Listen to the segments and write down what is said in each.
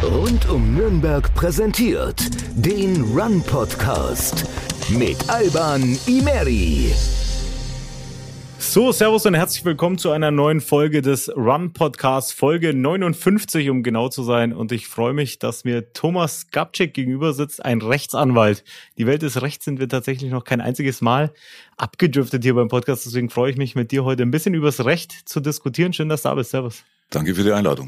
Rund um Nürnberg präsentiert den Run Podcast mit Alban Imeri. So, servus und herzlich willkommen zu einer neuen Folge des Run Podcasts, Folge 59, um genau zu sein. Und ich freue mich, dass mir Thomas Gabčík gegenüber sitzt, ein Rechtsanwalt. Die Welt des Rechts sind wir tatsächlich noch kein einziges Mal abgedriftet hier beim Podcast. Deswegen freue ich mich, mit dir heute ein bisschen übers Recht zu diskutieren. Schön, dass du da bist. Servus. Danke für die Einladung.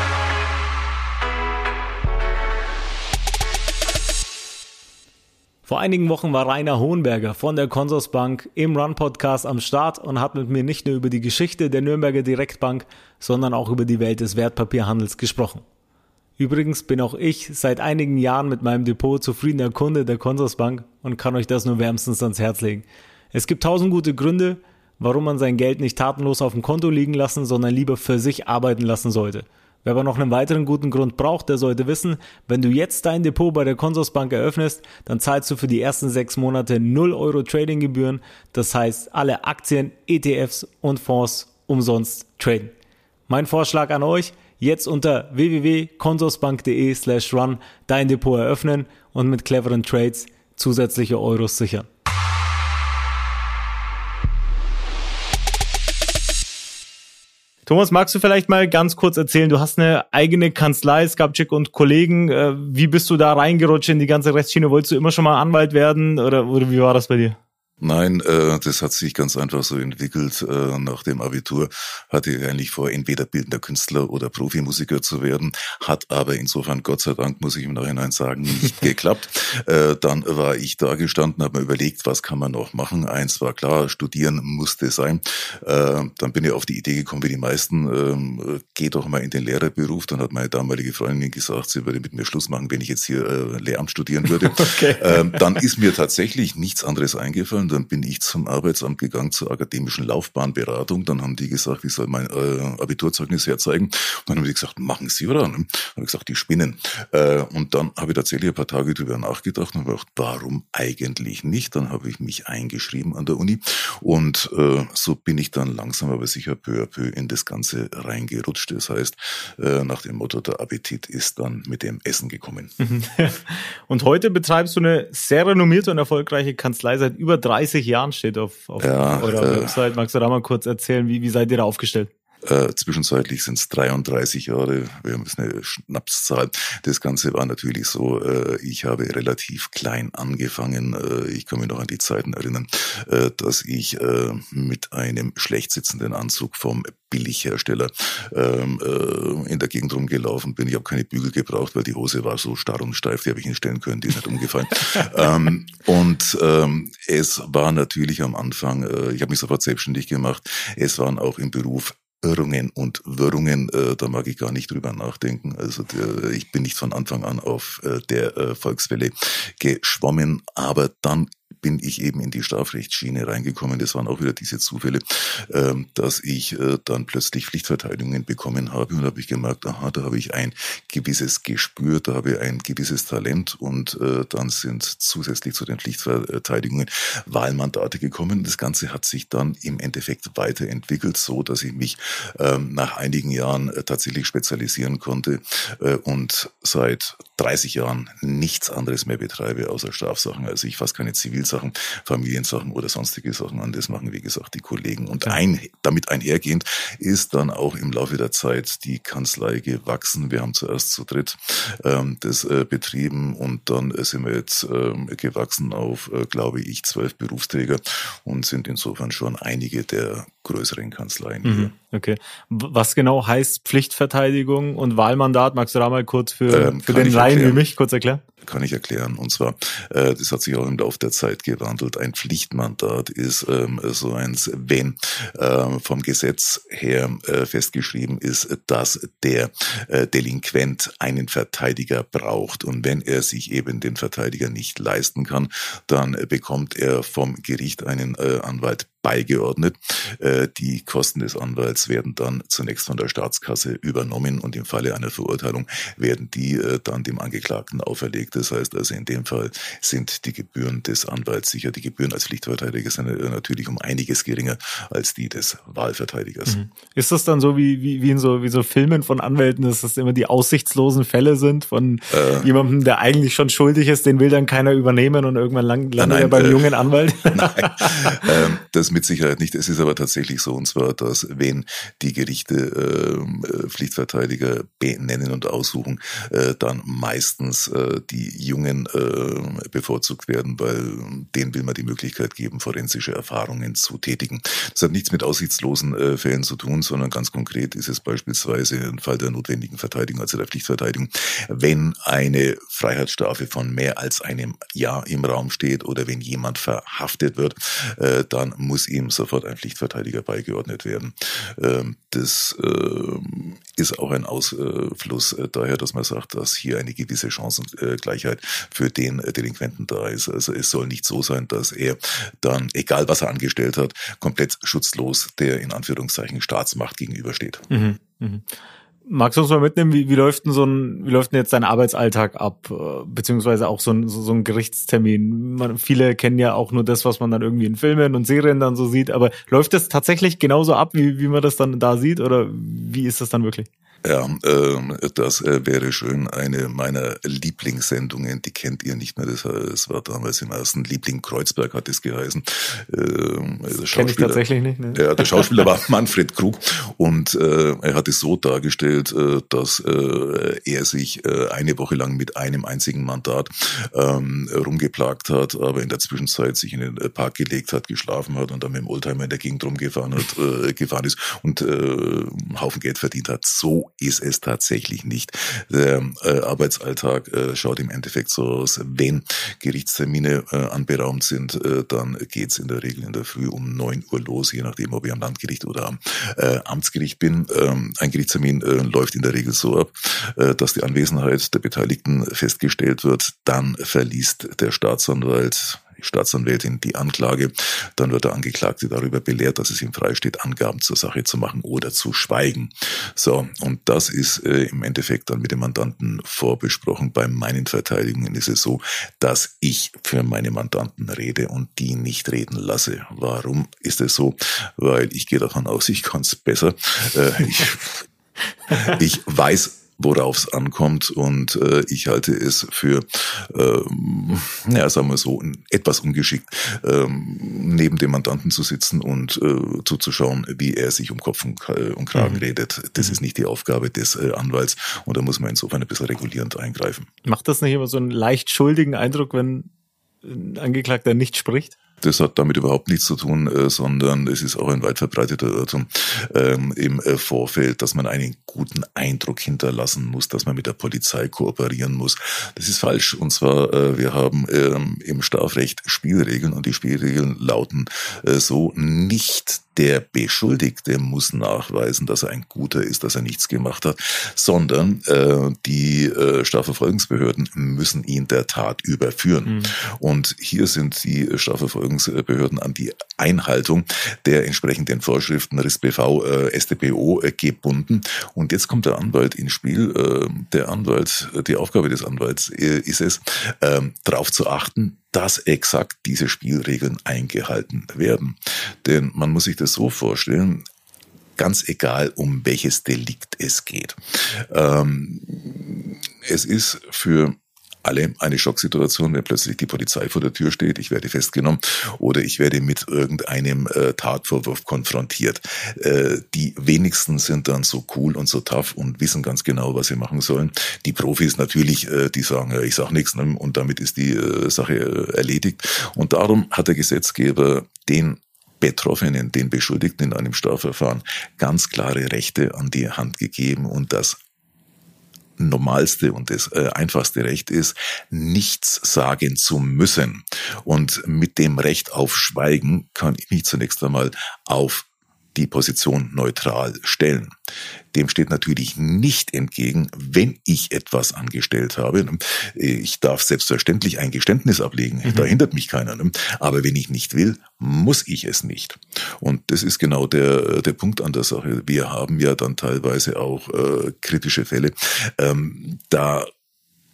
Vor einigen Wochen war Rainer Hohenberger von der Consorsbank im Run-Podcast am Start und hat mit mir nicht nur über die Geschichte der Nürnberger Direktbank, sondern auch über die Welt des Wertpapierhandels gesprochen. Übrigens bin auch ich seit einigen Jahren mit meinem Depot zufriedener Kunde der Consorsbank und kann euch das nur wärmstens ans Herz legen. Es gibt 1000 gute Gründe, warum man sein Geld nicht tatenlos auf dem Konto liegen lassen, sondern lieber für sich arbeiten lassen sollte. Wer aber noch einen weiteren guten Grund braucht, der sollte wissen, wenn du jetzt dein Depot bei der Consorsbank eröffnest, dann zahlst du für die ersten 6 Monate 0 Euro Tradinggebühren. Das heißt, alle Aktien, ETFs und Fonds umsonst traden. Mein Vorschlag an euch, jetzt unter www.consorsbank.de/run dein Depot eröffnen und mit cleveren Trades zusätzliche Euros sichern. Thomas, magst du vielleicht mal ganz kurz erzählen, du hast eine eigene Kanzlei, Gabčík und Kollegen. Wie bist du da reingerutscht in die ganze Rechtsschiene? Wolltest du immer schon mal Anwalt werden oder wie war das bei dir? Nein, das hat sich ganz einfach so entwickelt. Nach dem Abitur hatte ich eigentlich vor, entweder bildender Künstler oder Profimusiker zu werden, hat aber insofern, Gott sei Dank, muss ich im Nachhinein sagen, nicht geklappt. Dann war ich da gestanden, habe mir überlegt, was kann man noch machen. Eins war klar, studieren musste sein. Dann bin ich auf die Idee gekommen, wie die meisten, geh doch mal in den Lehrerberuf. Dann hat meine damalige Freundin gesagt, sie würde mit mir Schluss machen, wenn ich jetzt hier Lehramt studieren würde. Okay. Dann ist mir tatsächlich nichts anderes eingefallen. Dann bin ich zum Arbeitsamt gegangen, zur akademischen Laufbahnberatung. Dann haben die gesagt, ich soll mein Abiturzeugnis herzeigen. Und dann haben die gesagt, machen Sie, oder? Dann habe ich gesagt, die spinnen. Und dann habe ich tatsächlich ein paar Tage drüber nachgedacht und habe gedacht, warum eigentlich nicht? Dann habe ich mich eingeschrieben an der Uni. Und so bin ich dann langsam, aber sicher peu à peu in das Ganze reingerutscht. Das heißt, nach dem Motto, der Appetit ist dann mit dem Essen gekommen. Und heute betreibst du eine sehr renommierte und erfolgreiche Kanzlei seit über 30 Jahren, steht auf eurer Website. Magst du da mal kurz erzählen, wie seid ihr da aufgestellt? Zwischenzeitlich sind es 33 Jahre, wir haben eine Schnapszahl. Das Ganze war natürlich so, ich habe relativ klein angefangen. Ich kann mich noch an die Zeiten erinnern, dass ich mit einem schlecht sitzenden Anzug vom Billighersteller in der Gegend rumgelaufen bin. Ich habe keine Bügel gebraucht, weil die Hose war so starr und steif, die habe ich hinstellen können, die ist nicht umgefallen. Es war natürlich am Anfang, ich habe mich sofort selbstständig gemacht, es waren auch im Beruf Irrungen und Wirrungen, da mag ich gar nicht drüber nachdenken. Also ich bin nicht von Anfang an auf der Volkswelle geschwommen, aber dann bin ich eben in die Strafrechtsschiene reingekommen. Das waren auch wieder diese Zufälle, dass ich dann plötzlich Pflichtverteidigungen bekommen habe und habe ich gemerkt, aha, da habe ich ein gewisses Gespür, da habe ich ein gewisses Talent und dann sind zusätzlich zu den Pflichtverteidigungen Wahlmandate gekommen. Das Ganze hat sich dann im Endeffekt weiterentwickelt, so dass ich mich nach einigen Jahren tatsächlich spezialisieren konnte und seit 30 Jahren nichts anderes mehr betreibe außer Strafsachen. Also ich fasse keine Zivilsachen, Familiensachen oder sonstige Sachen an. Das machen, wie gesagt, die Kollegen. Und damit einhergehend ist dann auch im Laufe der Zeit die Kanzlei gewachsen. Wir haben zuerst zu dritt das betrieben und dann sind wir jetzt gewachsen auf, glaube ich, 12 Berufsträger und sind insofern schon einige der größeren Kanzleien hier. Okay. Was genau heißt Pflichtverteidigung und Wahlmandat? Magst du da mal kurz für den Laien wie mich kurz erklären? Kann ich erklären. Und zwar, das hat sich auch im Laufe der Zeit gewandelt. Ein Pflichtmandat ist so eins, wenn vom Gesetz her festgeschrieben ist, dass der Delinquent einen Verteidiger braucht. Und wenn er sich eben den Verteidiger nicht leisten kann, dann bekommt er vom Gericht einen Anwalt beigeordnet. Die Kosten des Anwalts werden dann zunächst von der Staatskasse übernommen und im Falle einer Verurteilung werden die dann dem Angeklagten auferlegt. Das heißt also, in dem Fall sind die Gebühren des Anwalts sicher. Die Gebühren als Pflichtverteidiger sind natürlich um einiges geringer als die des Wahlverteidigers. Ist das dann so wie in so Filmen von Anwälten, dass das immer die aussichtslosen Fälle sind von jemandem, der eigentlich schon schuldig ist, den will dann keiner übernehmen und irgendwann landet er beim jungen Anwalt? Nein, das mit Sicherheit nicht. Es ist aber tatsächlich so, und zwar, dass wenn die Gerichte Pflichtverteidiger benennen und aussuchen, dann meistens die Jungen bevorzugt werden, weil denen will man die Möglichkeit geben, forensische Erfahrungen zu tätigen. Das hat nichts mit aussichtslosen Fällen zu tun, sondern ganz konkret ist es beispielsweise ein Fall der notwendigen Verteidigung, also der Pflichtverteidigung, wenn eine Freiheitsstrafe von mehr als einem Jahr im Raum steht oder wenn jemand verhaftet wird, dann muss ihm sofort ein Pflichtverteidiger beigeordnet werden. Das ist auch ein Ausfluss daher, dass man sagt, dass hier eine gewisse Chancengleichheit für den Delinquenten da ist. Also es soll nicht so sein, dass er dann, egal was er angestellt hat, komplett schutzlos der in Anführungszeichen Staatsmacht gegenübersteht. Magst du uns mal mitnehmen, wie läuft denn jetzt dein Arbeitsalltag ab, beziehungsweise auch so ein Gerichtstermin? Viele kennen ja auch nur das, was man dann irgendwie in Filmen und Serien dann so sieht, aber läuft das tatsächlich genauso ab, wie man das dann da sieht, oder wie ist das dann wirklich? Ja, das wäre schön. Eine meiner Lieblingssendungen, die kennt ihr nicht mehr. Das war damals im ersten Liebling Kreuzberg, hat es geheißen. Kenn ich tatsächlich nicht. Ne? Ja, der Schauspieler war Manfred Krug und er hat es so dargestellt, dass er sich eine Woche lang mit einem einzigen Mandat rumgeplagt hat, aber in der Zwischenzeit sich in den Park gelegt hat, geschlafen hat und dann mit dem Oldtimer in der Gegend gefahren ist und einen Haufen Geld verdient hat. So ist es tatsächlich nicht. Der Arbeitsalltag schaut im Endeffekt so aus, wenn Gerichtstermine anberaumt sind, dann geht's in der Regel in der Früh um 9 Uhr los, je nachdem, ob ich am Landgericht oder am Amtsgericht bin. Ein Gerichtstermin läuft in der Regel so ab, dass die Anwesenheit der Beteiligten festgestellt wird. Dann verliest der Staatsanwältin die Anklage, dann wird der Angeklagte darüber belehrt, dass es ihm freisteht, Angaben zur Sache zu machen oder zu schweigen. So, und das ist im Endeffekt dann mit dem Mandanten vorbesprochen. Bei meinen Verteidigungen ist es so, dass ich für meine Mandanten rede und die nicht reden lasse. Warum ist es so? Weil ich gehe davon aus, ich kann es besser. Ich weiß, worauf es ankommt, und ich halte es für, sagen wir so, etwas ungeschickt, neben dem Mandanten zu sitzen und zuzuschauen, wie er sich um Kopf und Kragen redet. Das ist nicht die Aufgabe des Anwalts, und da muss man insofern ein bisschen regulierend eingreifen. Macht das nicht immer so einen leicht schuldigen Eindruck, wenn ein Angeklagter nicht spricht? Das hat damit überhaupt nichts zu tun, sondern es ist auch ein weit verbreiteter Irrtum im Vorfeld, dass man einen guten Eindruck hinterlassen muss, dass man mit der Polizei kooperieren muss. Das ist falsch. Und zwar, wir haben im Strafrecht Spielregeln, und die Spielregeln lauten so: Nicht der Beschuldigte muss nachweisen, dass er ein Guter ist, dass er nichts gemacht hat, sondern die Strafverfolgungsbehörden müssen ihn der Tat überführen. Und hier sind die Strafverfolgungsbehörden an die Einhaltung der entsprechenden Vorschriften RISBV, StPO gebunden. Und jetzt kommt der Anwalt ins Spiel. Die Aufgabe des Anwalts ist es, darauf zu achten, dass exakt diese Spielregeln eingehalten werden. Denn man muss sich das so vorstellen, ganz egal, um welches Delikt es geht. Es ist für alle eine Schocksituation, wenn plötzlich die Polizei vor der Tür steht, ich werde festgenommen oder ich werde mit irgendeinem Tatvorwurf konfrontiert. Die wenigsten sind dann so cool und so tough und wissen ganz genau, was sie machen sollen. Die Profis natürlich, die sagen, ich sag nichts, ne? Und damit ist die Sache erledigt. Und darum hat der Gesetzgeber den Betroffenen, den Beschuldigten in einem Strafverfahren ganz klare Rechte an die Hand gegeben, und das normalste und das einfachste Recht ist, nichts sagen zu müssen. Und mit dem Recht auf Schweigen kann ich mich zunächst einmal auf die Position neutral stellen. Dem steht natürlich nicht entgegen, wenn ich etwas angestellt habe. Ich darf selbstverständlich ein Geständnis ablegen, da hindert mich keiner. Aber wenn ich nicht will, muss ich es nicht. Und das ist genau der Punkt an der Sache. Wir haben ja dann teilweise auch kritische Fälle, da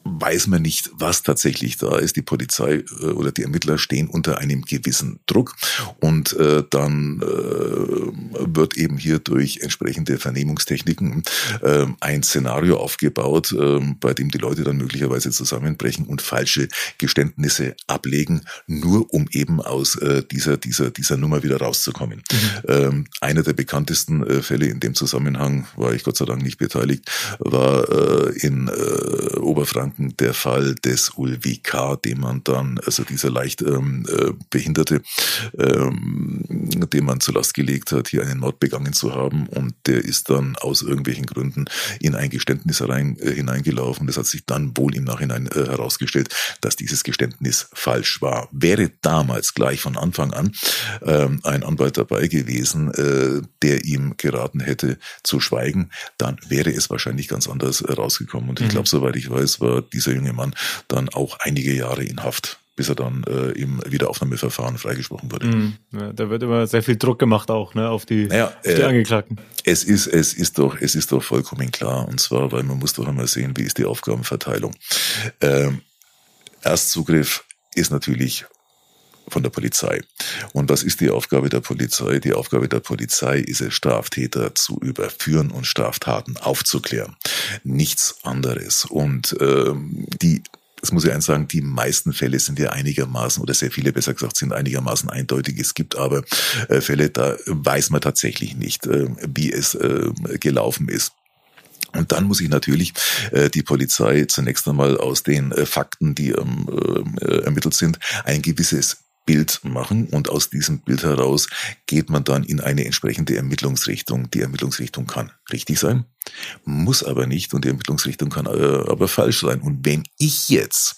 weiß man nicht, was tatsächlich da ist. Die Polizei oder die Ermittler stehen unter einem gewissen Druck und dann wird eben hier durch entsprechende Vernehmungstechniken ein Szenario aufgebaut, bei dem die Leute dann möglicherweise zusammenbrechen und falsche Geständnisse ablegen, nur um eben aus dieser Nummer wieder rauszukommen. Einer der bekanntesten Fälle in dem Zusammenhang, war ich Gott sei Dank nicht beteiligt, war in Oberfranken der Fall des Ulvi K., dem man dann, also dieser leicht Behinderte, dem man zur Last gelegt hat, hier einen Mord begangen zu haben, und der ist dann aus irgendwelchen Gründen in ein Geständnis hineingelaufen. Das hat sich dann wohl im Nachhinein herausgestellt, dass dieses Geständnis falsch war. Wäre damals gleich von Anfang an ein Anwalt dabei gewesen, der ihm geraten hätte zu schweigen, dann wäre es wahrscheinlich ganz anders rausgekommen. Und ich glaube, soweit ich weiß, war dieser junge Mann dann auch einige Jahre in Haft, bis er dann im Wiederaufnahmeverfahren freigesprochen wurde. Ja, da wird immer sehr viel Druck gemacht auch, ne, auf die Angeklagten. Es ist doch vollkommen klar, und zwar, weil man muss doch einmal sehen, wie ist die Aufgabenverteilung. Erstzugriff ist natürlich von der Polizei. Und was ist die Aufgabe der Polizei? Die Aufgabe der Polizei ist es, Straftäter zu überführen und Straftaten aufzuklären. Nichts anderes. Und das muss ich eins sagen, die meisten Fälle sind ja einigermaßen, oder sehr viele besser gesagt, sind einigermaßen eindeutig. Es gibt aber Fälle, da weiß man tatsächlich nicht, wie es gelaufen ist. Und dann muss ich natürlich die Polizei zunächst einmal aus den Fakten, die ermittelt sind, ein gewisses Bild machen, und aus diesem Bild heraus geht man dann in eine entsprechende Ermittlungsrichtung. Die Ermittlungsrichtung kann richtig sein, muss aber nicht, und die Ermittlungsrichtung kann aber falsch sein. Und wenn ich jetzt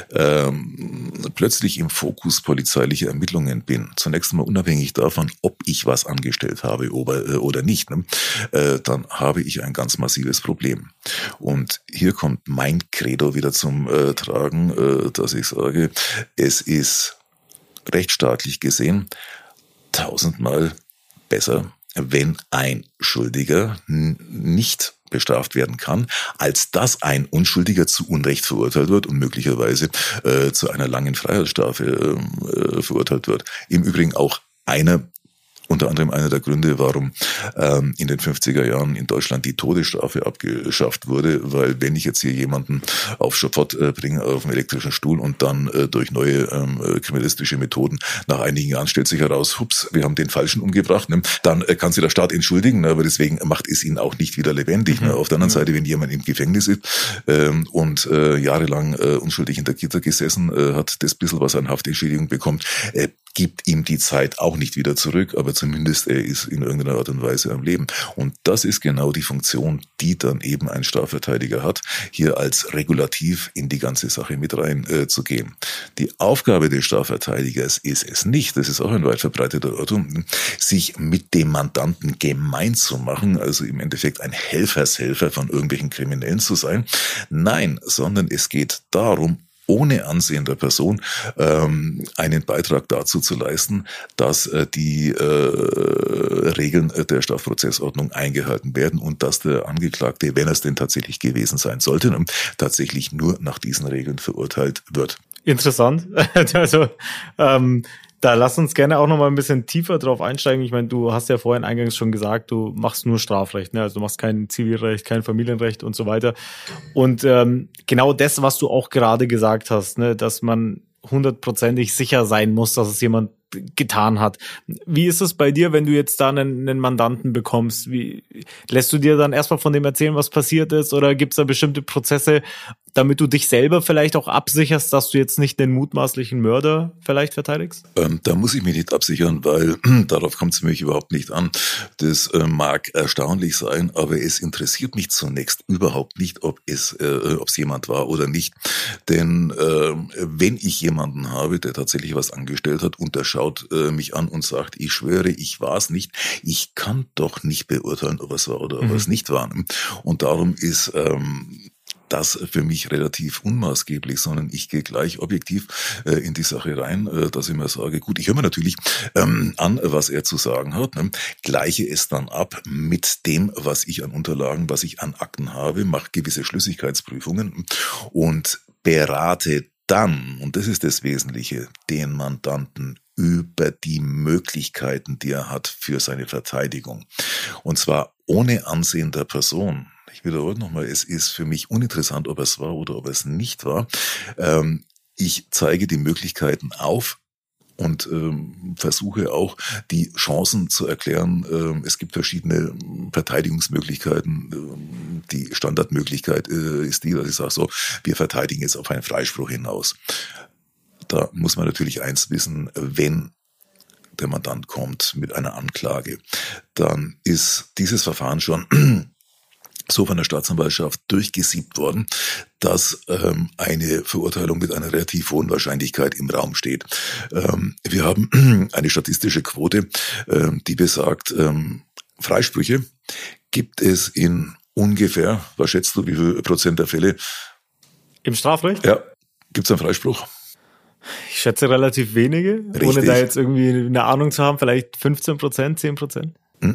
plötzlich im Fokus polizeilicher Ermittlungen bin, zunächst einmal unabhängig davon, ob ich was angestellt habe oder nicht, dann habe ich ein ganz massives Problem. Und hier kommt mein Credo wieder zum Tragen, dass ich sage, es ist rechtsstaatlich gesehen 1000-mal besser, wenn ein Schuldiger nicht bestraft werden kann, als dass ein Unschuldiger zu Unrecht verurteilt wird und möglicherweise zu einer langen Freiheitsstrafe verurteilt wird. Im Übrigen auch unter anderem einer der Gründe, warum in den 50er Jahren in Deutschland die Todesstrafe abgeschafft wurde, weil wenn ich jetzt hier jemanden auf Schafott bringe, auf dem elektrischen Stuhl, und dann durch neue kriminalistische Methoden nach einigen Jahren stellt sich heraus, hups, wir haben den Falschen umgebracht, dann kann sich der Staat entschuldigen, aber deswegen macht es ihn auch nicht wieder lebendig. Auf der anderen Seite, wenn jemand im Gefängnis ist und jahrelang unschuldig in der Gitter gesessen hat, das bisschen, was er an Haftentschädigung bekommt, gibt ihm die Zeit auch nicht wieder zurück, aber zumindest er ist in irgendeiner Art und Weise am Leben. Und das ist genau die Funktion, die dann eben ein Strafverteidiger hat, hier als Regulativ in die ganze Sache mit rein zu gehen. Die Aufgabe des Strafverteidigers ist es nicht, das ist auch ein weit verbreiteter Irrtum, sich mit dem Mandanten gemein zu machen, also im Endeffekt ein Helfershelfer von irgendwelchen Kriminellen zu sein. Nein, sondern es geht darum, ohne Ansehen der Person einen Beitrag dazu zu leisten, dass die Regeln der Strafprozessordnung eingehalten werden und dass der Angeklagte, wenn er es denn tatsächlich gewesen sein sollte, tatsächlich nur nach diesen Regeln verurteilt wird. Interessant. Also da lass uns gerne auch noch mal ein bisschen tiefer drauf einsteigen. Ich meine, du hast ja vorhin eingangs schon gesagt, du machst nur Strafrecht, ne? Also du machst kein Zivilrecht, kein Familienrecht und so weiter. Und genau das, was du auch gerade gesagt hast, ne, dass man 100%ig sicher sein muss, dass es jemand getan hat. Wie ist es bei dir, wenn du jetzt da einen Mandanten bekommst? Wie lässt du dir dann erstmal von dem erzählen, was passiert ist? Oder gibt es da bestimmte Prozesse, damit du dich selber vielleicht auch absicherst, dass du jetzt nicht den mutmaßlichen Mörder vielleicht verteidigst? Da muss ich mich nicht absichern, weil darauf kommt es mich überhaupt nicht an. Das mag erstaunlich sein, aber es interessiert mich zunächst überhaupt nicht, ob es jemand war oder nicht. Denn wenn ich jemanden habe, der tatsächlich was angestellt hat und der schaut mich an und sagt, ich schwöre, ich war es nicht, ich kann doch nicht beurteilen, ob es war oder ob es nicht war. Und darum ist das für mich relativ unmaßgeblich, sondern ich gehe gleich objektiv in die Sache rein, dass ich mir sage, gut, ich höre mir natürlich an, was er zu sagen hat, ne? Gleiche es dann ab mit dem, was ich an Unterlagen, was ich an Akten habe, mache gewisse Schlüssigkeitsprüfungen und berate dann, und das ist das Wesentliche, den Mandanten über die Möglichkeiten, die er hat für seine Verteidigung. Und zwar ohne Ansehen der Person. Ich wiederhole nochmal, es ist für mich uninteressant, ob es war oder ob es nicht war. Ich zeige die Möglichkeiten auf und versuche auch die Chancen zu erklären. Es gibt verschiedene Verteidigungsmöglichkeiten. Die Standardmöglichkeit ist die, dass ich sage, so, wir verteidigen jetzt auf einen Freispruch hinaus. Da muss man natürlich eins wissen, wenn der Mandant kommt mit einer Anklage, dann ist dieses Verfahren schon so von der Staatsanwaltschaft durchgesiebt worden, dass eine Verurteilung mit einer relativ hohen Wahrscheinlichkeit im Raum steht. Wir haben eine statistische Quote, die besagt, Freisprüche gibt es in ungefähr, was schätzt du, wie viel Prozent der Fälle? Im Strafrecht? Ja, gibt es einen Freispruch? Ich schätze relativ wenige, Richtig. Ohne da jetzt irgendwie eine Ahnung zu haben, vielleicht 15%, 10%?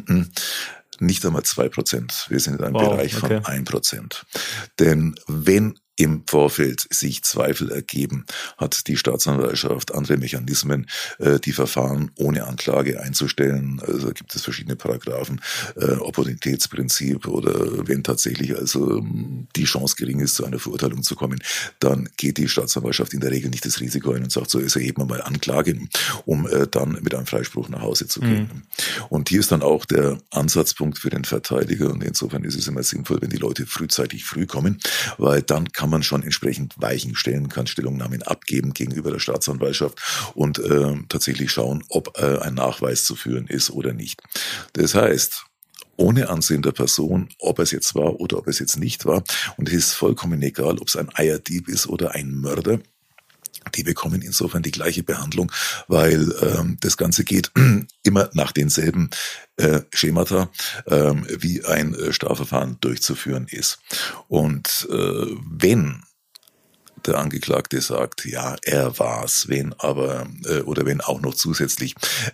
Nicht einmal 2%. Wir sind in einem Bereich von 1%. Denn wenn im Vorfeld sich Zweifel ergeben, hat die Staatsanwaltschaft andere Mechanismen, die Verfahren ohne Anklage einzustellen. Also gibt es verschiedene Paragraphen, Opportunitätsprinzip oder wenn tatsächlich also die Chance gering ist, zu einer Verurteilung zu kommen, dann geht die Staatsanwaltschaft in der Regel nicht das Risiko ein und sagt, so, jetzt erheben wir mal Anklage, um dann mit einem Freispruch nach Hause zu gehen. Und hier ist dann auch der Ansatzpunkt für den Verteidiger und insofern ist es immer sinnvoll, wenn die Leute frühzeitig früh kommen, weil dann kann man schon entsprechend Weichen stellen, kann Stellungnahmen abgeben gegenüber der Staatsanwaltschaft und tatsächlich schauen, ob ein Nachweis zu führen ist oder nicht. Das heißt, ohne Ansehen der Person, ob es jetzt war oder ob es jetzt nicht war, und es ist vollkommen egal, ob es ein Eierdieb ist oder ein Mörder, die bekommen insofern die gleiche Behandlung, weil das Ganze geht immer nach denselben Schemata, wie ein Strafverfahren durchzuführen ist. Und wenn der Angeklagte sagt, ja, er war's, wenn aber oder wenn auch noch zusätzlich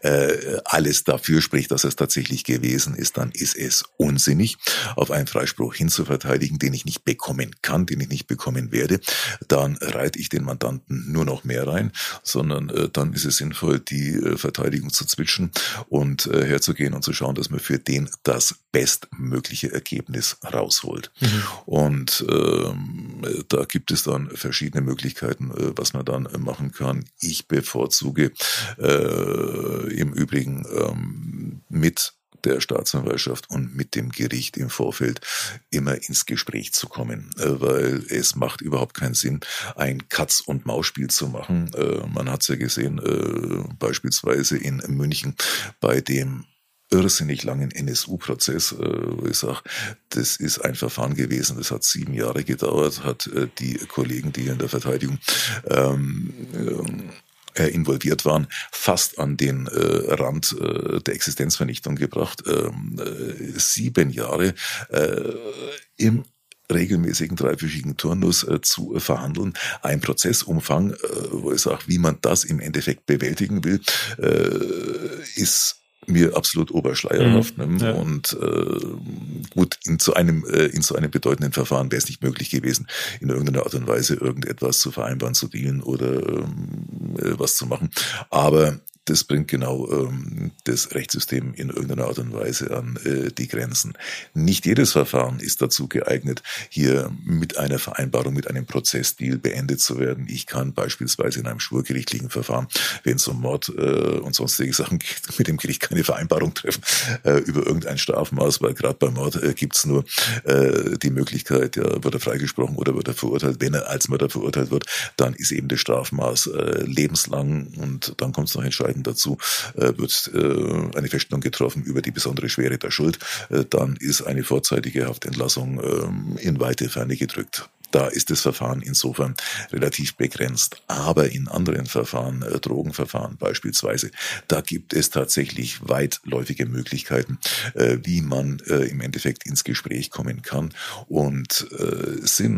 alles dafür spricht, dass es tatsächlich gewesen ist, dann ist es unsinnig, auf einen Freispruch hinzuverteidigen, den ich nicht bekommen kann, den ich nicht bekommen werde. Dann reite ich den Mandanten nur noch mehr rein, sondern dann ist es sinnvoll, die Verteidigung zu switchen und herzugehen und zu schauen, dass man für den das bestmögliche Ergebnis rausholt. Und da gibt es dann verschiedene Möglichkeiten, was man dann machen kann. Ich bevorzuge im Übrigen mit der Staatsanwaltschaft und mit dem Gericht im Vorfeld immer ins Gespräch zu kommen, weil es macht überhaupt keinen Sinn, ein Katz-und-Maus-Spiel zu machen. Man hat es ja gesehen, beispielsweise in München bei dem irrsinnig langen NSU-Prozess, wo ich sage, das ist ein Verfahren gewesen, das hat 7 Jahre gedauert, hat die Kollegen, die in der Verteidigung involviert waren, fast an den Rand der Existenzvernichtung gebracht. 7 Jahre im regelmäßigen dreiwöchigen Turnus zu verhandeln. Ein Prozessumfang, wo ich sage, wie man das im Endeffekt bewältigen will, ist mir absolut oberschleierhaft. Ja. Und gut, in so einem bedeutenden Verfahren wäre es nicht möglich gewesen, in irgendeiner Art und Weise irgendetwas zu vereinbaren, zu dealen oder was zu machen. Aber das bringt genau das Rechtssystem in irgendeiner Art und Weise an die Grenzen. Nicht jedes Verfahren ist dazu geeignet, hier mit einer Vereinbarung, mit einem Prozessdeal beendet zu werden. Ich kann beispielsweise in einem schwurgerichtlichen Verfahren, wenn es um Mord und sonstige Sachen geht, mit dem Gericht keine Vereinbarung treffen über irgendein Strafmaß, weil gerade beim Mord gibt's nur die Möglichkeit, ja, wird er freigesprochen oder wird er verurteilt. Wenn er als Mörder verurteilt wird, dann ist eben das Strafmaß lebenslang und dann kommt es noch entscheidend dazu, wird eine Feststellung getroffen über die besondere Schwere der Schuld, dann ist eine vorzeitige Haftentlassung in weite Ferne gedrückt. Da ist das Verfahren insofern relativ begrenzt. Aber in anderen Verfahren, Drogenverfahren beispielsweise, da gibt es tatsächlich weitläufige Möglichkeiten, wie man im Endeffekt ins Gespräch kommen kann. Und Sinn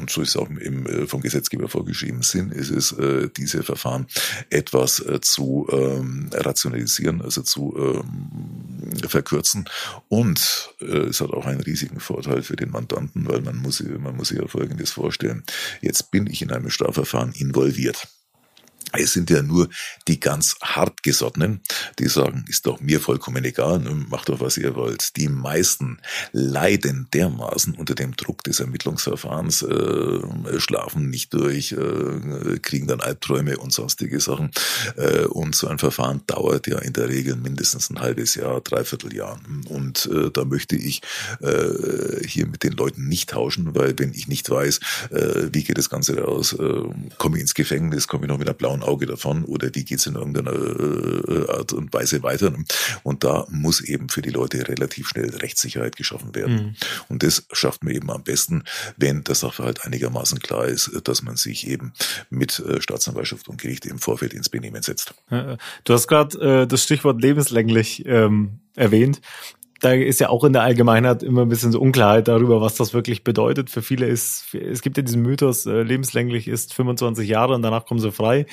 und so ist es auch vom Gesetzgeber vorgeschrieben, Sinn ist es, diese Verfahren etwas zu rationalisieren, also zu verkürzen, und es hat auch einen riesigen Vorteil für den Mandanten, weil man muss sich ja Folgendes vorstellen. Jetzt bin ich in einem Strafverfahren involviert. Es sind ja nur die ganz Hartgesottenen, die sagen, ist doch mir vollkommen egal, macht doch, was ihr wollt. Die meisten leiden dermaßen unter dem Druck des Ermittlungsverfahrens, schlafen nicht durch, kriegen dann Albträume und sonstige Sachen. Und so ein Verfahren dauert ja in der Regel mindestens ein halbes Jahr, dreiviertel Jahr. Und da möchte ich hier mit den Leuten nicht tauschen, weil wenn ich nicht weiß, wie geht das Ganze aus, komme ich ins Gefängnis, komme ich noch mit einer blauen Auge davon oder wie geht's in irgendeiner Art und Weise weiter. Und da muss eben für die Leute relativ schnell Rechtssicherheit geschaffen werden. Mhm. Und das schafft man eben am besten, wenn der Sachverhalt einigermaßen klar ist, dass man sich eben mit Staatsanwaltschaft und Gericht im Vorfeld ins Benehmen setzt. Du hast gerade das Stichwort lebenslänglich erwähnt. Da ist ja auch in der Allgemeinheit immer ein bisschen so Unklarheit darüber, was das wirklich bedeutet. Für viele es gibt ja diesen Mythos, lebenslänglich ist 25 Jahre und danach kommen sie frei.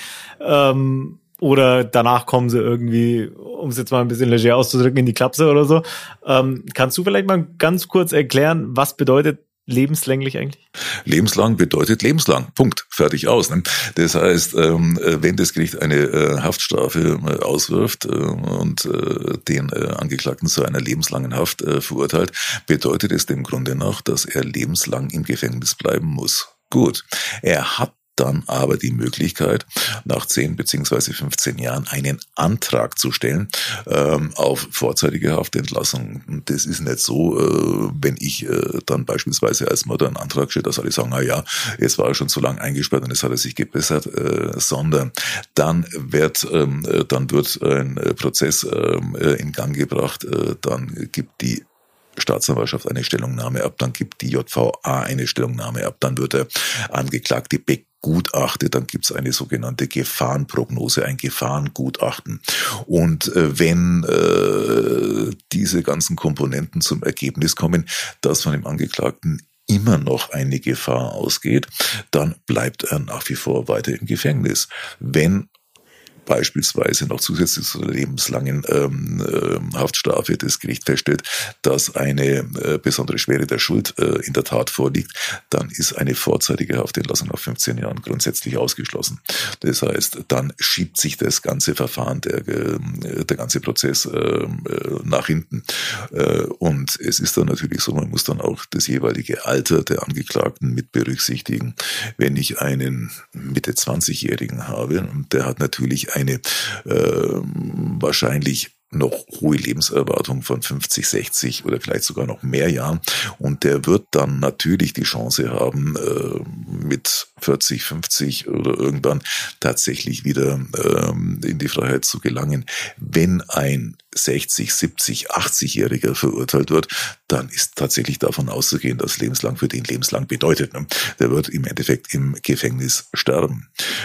Oder danach kommen sie irgendwie, um es jetzt mal ein bisschen leger auszudrücken, in die Klapse oder so. Kannst du vielleicht mal ganz kurz erklären, was bedeutet lebenslänglich eigentlich? Lebenslang bedeutet lebenslang. Punkt. Fertig aus. Ne? Das heißt, wenn das Gericht eine Haftstrafe auswirft und den Angeklagten zu einer lebenslangen Haft verurteilt, bedeutet es dem Grunde nach, dass er lebenslang im Gefängnis bleiben muss. Gut. Er hat dann aber die Möglichkeit, nach 10 bzw. 15 Jahren einen Antrag zu stellen auf vorzeitige Haftentlassung. Und das ist nicht so, wenn ich dann beispielsweise als Mutter einen Antrag stelle, dass alle sagen, na ja, jetzt war er schon so lange eingesperrt und jetzt hat er sich gebessert, sondern dann wird ein Prozess in Gang gebracht, dann gibt die Staatsanwaltschaft eine Stellungnahme ab, dann gibt die JVA eine Stellungnahme ab, dann wird der Angeklagte begutachtet, dann gibt's eine sogenannte Gefahrenprognose, ein Gefahrengutachten. Und wenn diese ganzen Komponenten zum Ergebnis kommen, dass von dem Angeklagten immer noch eine Gefahr ausgeht, dann bleibt er nach wie vor weiter im Gefängnis. Wenn beispielsweise noch zusätzlich zu der lebenslangen Haftstrafe das Gericht feststellt, dass eine besondere Schwere der Schuld in der Tat vorliegt, dann ist eine vorzeitige Haftentlassung nach 15 Jahren grundsätzlich ausgeschlossen. Das heißt, dann schiebt sich das ganze Verfahren, der ganze Prozess nach hinten. Und es ist dann natürlich so, man muss dann auch das jeweilige Alter der Angeklagten mit berücksichtigen. Wenn ich einen Mitte 20-Jährigen habe, und der hat natürlich eine wahrscheinlich noch hohe Lebenserwartung von 50, 60 oder vielleicht sogar noch mehr Jahren. Und der wird dann natürlich die Chance haben, mit 40, 50 oder irgendwann tatsächlich wieder in die Freiheit zu gelangen. Wenn ein 60, 70, 80-Jähriger verurteilt wird, dann ist tatsächlich davon auszugehen, dass lebenslang für den lebenslang bedeutet. Der wird im Endeffekt im Gefängnis sterben.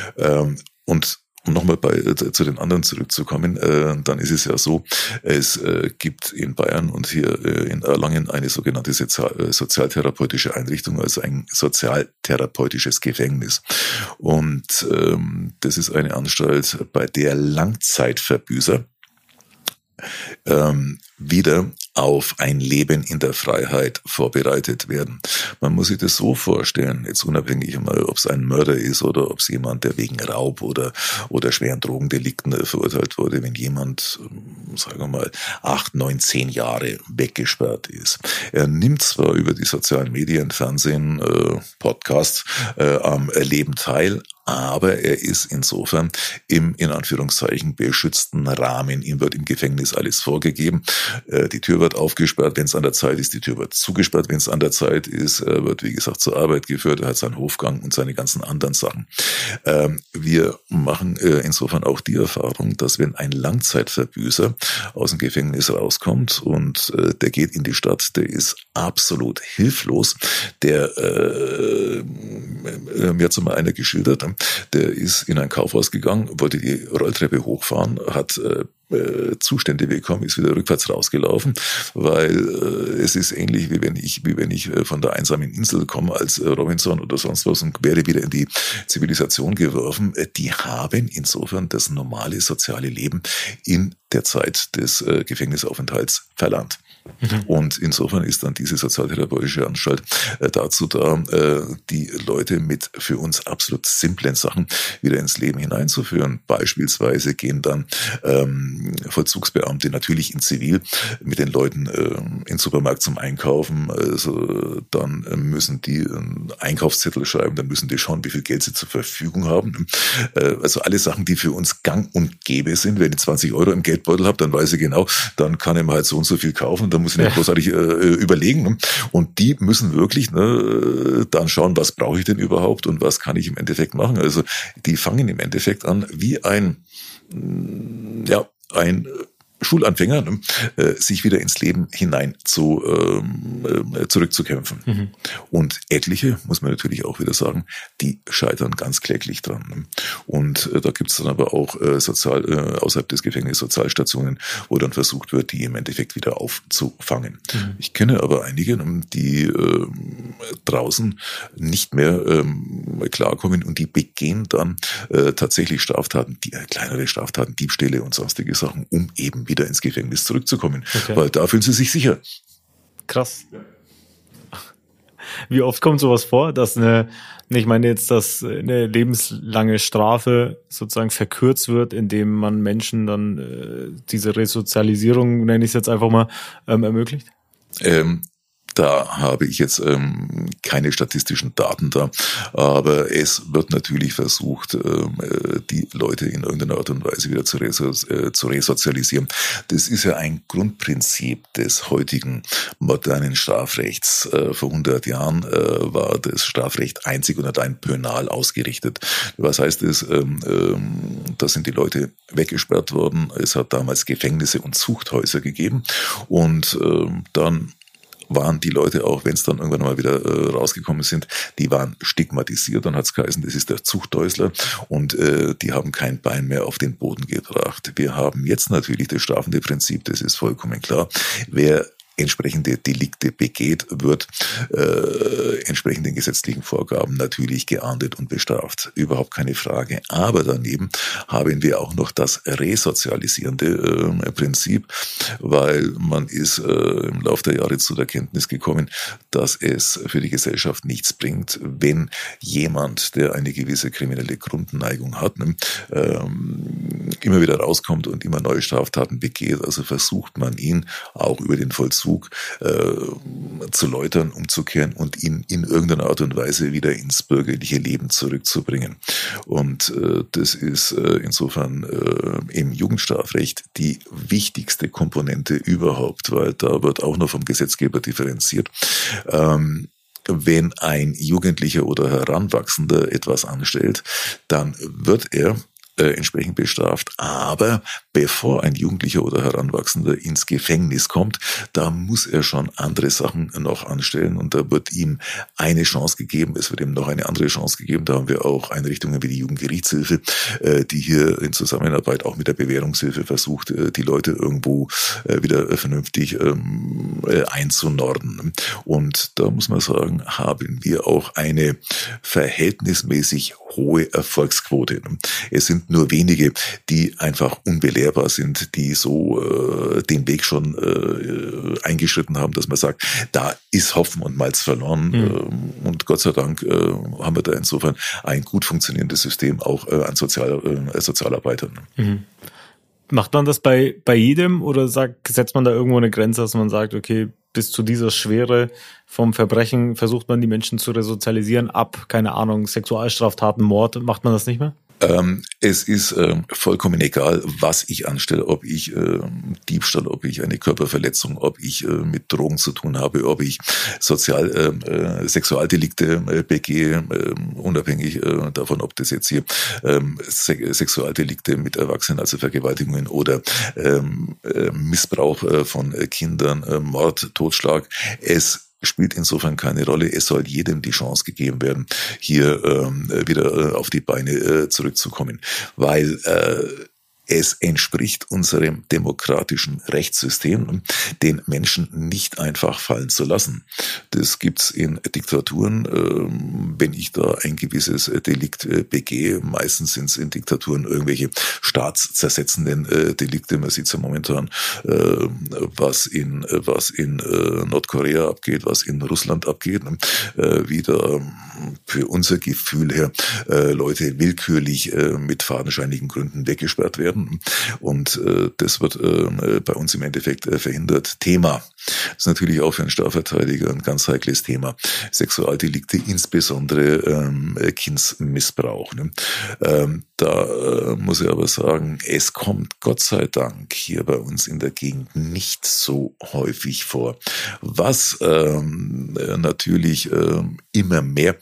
Und um nochmal zu den anderen zurückzukommen, dann ist es ja so, es gibt in Bayern und hier in Erlangen eine sogenannte sozialtherapeutische Einrichtung, also ein sozialtherapeutisches Gefängnis. Und das ist eine Anstalt, bei der Langzeitverbüßer wieder auf ein Leben in der Freiheit vorbereitet werden. Man muss sich das so vorstellen, jetzt unabhängig mal, ob es ein Mörder ist oder ob es jemand, der wegen Raub oder schweren Drogendelikten verurteilt wurde, wenn jemand, sagen wir mal, 8, 9, 10 Jahre weggesperrt ist. Er nimmt zwar über die sozialen Medien, Fernsehen, Podcasts am Leben teil, aber er ist insofern im, in Anführungszeichen, beschützten Rahmen. Ihm wird im Gefängnis alles vorgegeben. Die Tür wird aufgesperrt, wenn es an der Zeit ist. Die Tür wird zugesperrt, wenn es an der Zeit ist. Er wird, wie gesagt, zur Arbeit geführt. Er hat seinen Hofgang und seine ganzen anderen Sachen. Wir machen insofern auch die Erfahrung, dass wenn ein Langzeitverbüßer aus dem Gefängnis rauskommt und der geht in die Stadt, der ist absolut hilflos. Mir hat mal einer geschildert, der ist in ein Kaufhaus gegangen, wollte die Rolltreppe hochfahren, hat Zustände bekommen, ist wieder rückwärts rausgelaufen, weil es ist ähnlich wie wenn ich von der einsamen Insel komme als Robinson oder sonst was und wäre wieder in die Zivilisation geworfen. Die haben insofern das normale soziale Leben in der Zeit des Gefängnisaufenthalts verlernt. Und insofern ist dann diese sozialtherapeutische Anstalt dazu da, die Leute mit für uns absolut simplen Sachen wieder ins Leben hineinzuführen. Beispielsweise gehen dann Vollzugsbeamte natürlich in Zivil mit den Leuten in Supermarkt zum Einkaufen. Also dann müssen die einen Einkaufszettel schreiben, dann müssen die schauen, wie viel Geld sie zur Verfügung haben. Also alle Sachen, die für uns gang und gäbe sind. Wenn ich 20 Euro im Geldbeutel habe, dann weiß ich genau, dann kann ich mir halt so und so viel kaufen. Da muss ich nicht großartig überlegen. Und die müssen wirklich dann schauen, was brauche ich denn überhaupt und was kann ich im Endeffekt machen. Also die fangen im Endeffekt an, wie ein Schulanfänger, sich wieder ins Leben hinein zurückzukämpfen. Und etliche, muss man natürlich auch wieder sagen, die scheitern ganz kläglich dran. Und da gibt es dann aber auch außerhalb des Gefängnisses Sozialstationen, wo dann versucht wird, die im Endeffekt wieder aufzufangen. Ich kenne aber einige, die draußen nicht mehr klarkommen und die begehen dann tatsächlich Straftaten, kleinere Straftaten, Diebstähle und sonstige Sachen, um eben wieder ins Gefängnis zurückzukommen. Okay. Weil da fühlen sie sich sicher. Krass. Wie oft kommt sowas vor, dass eine lebenslange Strafe sozusagen verkürzt wird, indem man Menschen dann diese Resozialisierung, nenne ich es jetzt einfach mal, ermöglicht? Da habe ich jetzt keine statistischen Daten da, aber es wird natürlich versucht, die Leute in irgendeiner Art und Weise wieder zu resozialisieren. Das ist ja ein Grundprinzip des heutigen modernen Strafrechts. Vor 100 Jahren war das Strafrecht einzig und allein penal ausgerichtet. Was heißt das? Da sind die Leute weggesperrt worden. Es hat damals Gefängnisse und Zuchthäuser gegeben und dann waren die Leute auch, wenn es dann irgendwann mal wieder rausgekommen sind, die waren stigmatisiert. Dann hat es geheißen, das ist der Zuchthäusler und die haben kein Bein mehr auf den Boden gebracht. Wir haben jetzt natürlich das strafende Prinzip, das ist vollkommen klar. Wer entsprechende Delikte begeht, wird entsprechend den gesetzlichen Vorgaben natürlich geahndet und bestraft. Überhaupt keine Frage. Aber daneben haben wir auch noch das resozialisierende Prinzip, weil man ist im Laufe der Jahre zu der Kenntnis gekommen, dass es für die Gesellschaft nichts bringt, wenn jemand, der eine gewisse kriminelle Grundneigung hat, immer wieder rauskommt und immer neue Straftaten begeht. Also versucht man ihn auch über den Vollzug zu läutern, umzukehren und ihn in irgendeiner Art und Weise wieder ins bürgerliche Leben zurückzubringen. Und das ist insofern im Jugendstrafrecht die wichtigste Komponente überhaupt, weil da wird auch noch vom Gesetzgeber differenziert. Wenn ein Jugendlicher oder Heranwachsender etwas anstellt, dann wird er entsprechend bestraft. Aber bevor ein Jugendlicher oder Heranwachsender ins Gefängnis kommt, da muss er schon andere Sachen noch anstellen und da wird ihm eine Chance gegeben, es wird ihm noch eine andere Chance gegeben. Da haben wir auch Einrichtungen wie die Jugendgerichtshilfe, die hier in Zusammenarbeit auch mit der Bewährungshilfe versucht, die Leute irgendwo wieder vernünftig einzunorden. Und da muss man sagen, haben wir auch eine verhältnismäßig hohe Erfolgsquote. Es sind nur wenige, die einfach unbelehrbar sind, die so den Weg schon eingeschritten haben, dass man sagt, da ist Hopfen und Malz verloren. Und Gott sei Dank haben wir da insofern ein gut funktionierendes System auch an Sozialarbeitern. Macht man das bei jedem oder setzt man da irgendwo eine Grenze, dass man sagt, okay, bis zu dieser Schwere vom Verbrechen versucht man die Menschen zu resozialisieren, ab, keine Ahnung, Sexualstraftaten, Mord, macht man das nicht mehr? Es ist vollkommen egal, was ich anstelle, ob ich Diebstahl, ob ich eine Körperverletzung, ob ich mit Drogen zu tun habe, ob ich Sexualdelikte begehe, unabhängig davon, ob das jetzt hier Sexualdelikte mit Erwachsenen, also Vergewaltigungen oder Missbrauch von Kindern, Mord, Totschlag. Es spielt insofern keine Rolle. Es soll jedem die Chance gegeben werden, hier wieder auf die Beine zurückzukommen. Weil es entspricht unserem demokratischen Rechtssystem, den Menschen nicht einfach fallen zu lassen. Das gibt's in Diktaturen. Wenn ich da ein gewisses Delikt begehe, meistens sind es in Diktaturen irgendwelche staatszersetzenden Delikte. Man sieht ja momentan, was in Nordkorea abgeht, was in Russland abgeht, wie da für unser Gefühl her Leute willkürlich mit fadenscheinigen Gründen weggesperrt werden. Und das wird bei uns im Endeffekt verhindert. Thema. Das ist natürlich auch für einen Strafverteidiger ein ganz heikles Thema. Sexualdelikte, insbesondere Kindsmissbrauch. Da muss ich aber sagen, es kommt Gott sei Dank hier bei uns in der Gegend nicht so häufig vor. Was natürlich immer mehr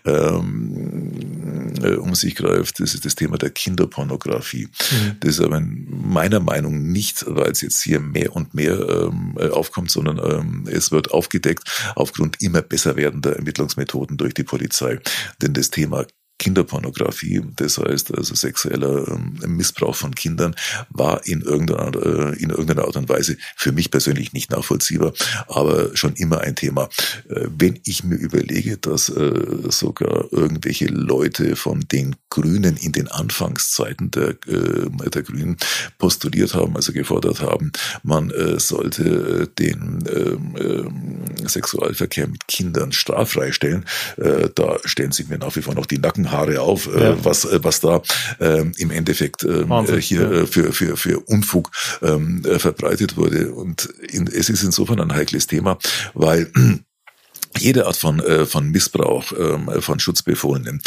um sich greift, das ist das Thema der Kinderpornografie. Das ist aber meiner Meinung nach nicht, weil es jetzt hier mehr und mehr aufkommt, sondern es wird aufgedeckt aufgrund immer besser werdender Ermittlungsmethoden durch die Polizei. Denn das Thema Kinderpornografie, das heißt also sexueller Missbrauch von Kindern, war in irgendeiner Art und Weise für mich persönlich nicht nachvollziehbar, aber schon immer ein Thema. Wenn ich mir überlege, dass sogar irgendwelche Leute von den Grünen in den Anfangszeiten der Grünen postuliert haben, also gefordert haben, man sollte den Sexualverkehr mit Kindern straffrei stellen, da stellen sich mir nach wie vor noch die Nackenhaare auf, was da im Endeffekt hier für Unfug verbreitet wurde. Und es ist insofern ein heikles Thema, weil jede Art von Missbrauch von Schutzbefohlenen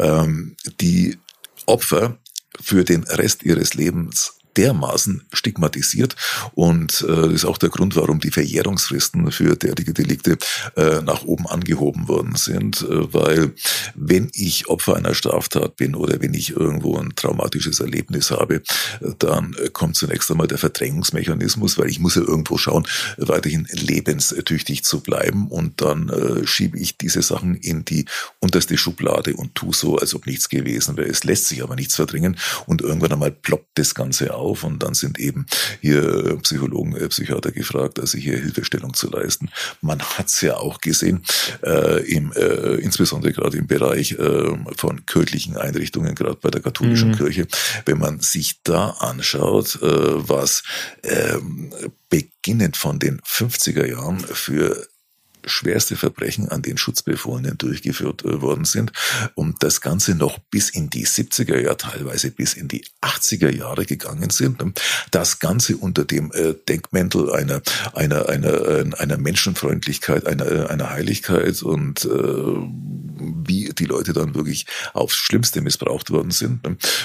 die Opfer für den Rest ihres Lebens dermaßen stigmatisiert und das ist auch der Grund, warum die Verjährungsfristen für derartige Delikte nach oben angehoben worden sind, weil wenn ich Opfer einer Straftat bin oder wenn ich irgendwo ein traumatisches Erlebnis habe, dann kommt zunächst einmal der Verdrängungsmechanismus, weil ich muss ja irgendwo schauen, weiterhin lebenstüchtig zu bleiben und dann schiebe ich diese Sachen in die unterste Schublade und tue so, als ob nichts gewesen wäre. Es lässt sich aber nichts verdrängen und irgendwann einmal ploppt das Ganze auf und dann sind eben hier Psychologen, Psychiater gefragt, also hier Hilfestellung zu leisten. Man hat es ja auch gesehen, insbesondere gerade im Bereich von kirchlichen Einrichtungen, gerade bei der katholischen Kirche, wenn man sich da anschaut, was beginnend von den 50er Jahren für schwerste Verbrechen an den Schutzbefohlenen durchgeführt worden sind und das Ganze noch bis in die 70er Jahre, teilweise bis in die 80er Jahre gegangen sind. Das Ganze unter dem Deckmantel einer Menschenfreundlichkeit, einer Heiligkeit und wie die Leute dann wirklich aufs Schlimmste missbraucht worden sind.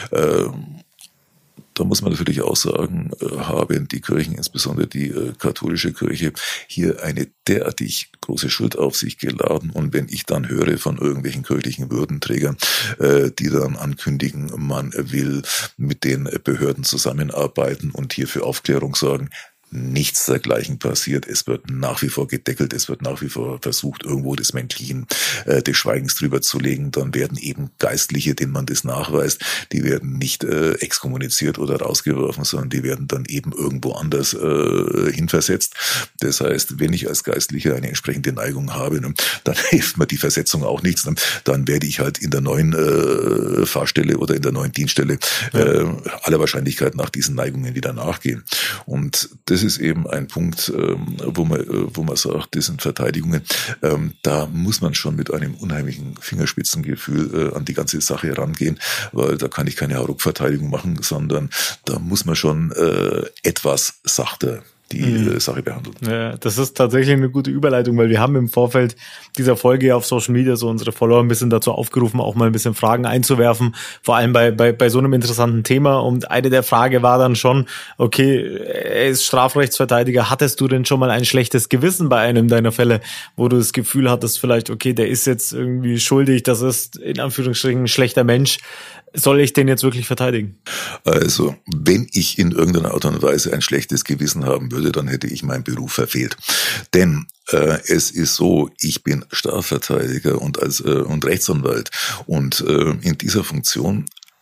Da muss man natürlich auch sagen, haben die Kirchen, insbesondere die katholische Kirche, hier eine derartig große Schuld auf sich geladen. Und wenn ich dann höre von irgendwelchen kirchlichen Würdenträgern, die dann ankündigen, man will mit den Behörden zusammenarbeiten und hier für Aufklärung sorgen, nichts dergleichen passiert. Es wird nach wie vor gedeckelt, es wird nach wie vor versucht, irgendwo das Mäntelchen des Schweigens drüber zu legen. Dann werden eben Geistliche, denen man das nachweist, die werden nicht exkommuniziert oder rausgeworfen, sondern die werden dann eben irgendwo anders hinversetzt. Das heißt, wenn ich als Geistlicher eine entsprechende Neigung habe, dann hilft mir die Versetzung auch nichts. Dann werde ich halt in der neuen Pfarrstelle oder in der neuen Dienststelle aller Wahrscheinlichkeit nach diesen Neigungen wieder nachgehen. Und das ist eben ein Punkt, wo man sagt, das sind Verteidigungen. Da muss man schon mit einem unheimlichen Fingerspitzengefühl an die ganze Sache rangehen, weil da kann ich keine Hauruck-Verteidigung machen, sondern da muss man schon etwas sachter die Sache behandelt. Ja, das ist tatsächlich eine gute Überleitung, weil wir haben im Vorfeld dieser Folge auf Social Media so unsere Follower ein bisschen dazu aufgerufen, auch mal ein bisschen Fragen einzuwerfen, vor allem bei so einem interessanten Thema. Und eine der Fragen war dann schon, okay, er ist Strafrechtsverteidiger, hattest du denn schon mal ein schlechtes Gewissen bei einem deiner Fälle, wo du das Gefühl hattest, vielleicht, okay, der ist jetzt irgendwie schuldig, das ist in Anführungsstrichen ein schlechter Mensch, soll ich den jetzt wirklich verteidigen? Also, wenn ich in irgendeiner Art und Weise ein schlechtes Gewissen haben würde, dann hätte ich meinen Beruf verfehlt. Denn es ist so, ich bin Strafverteidiger und Rechtsanwalt und in dieser Funktion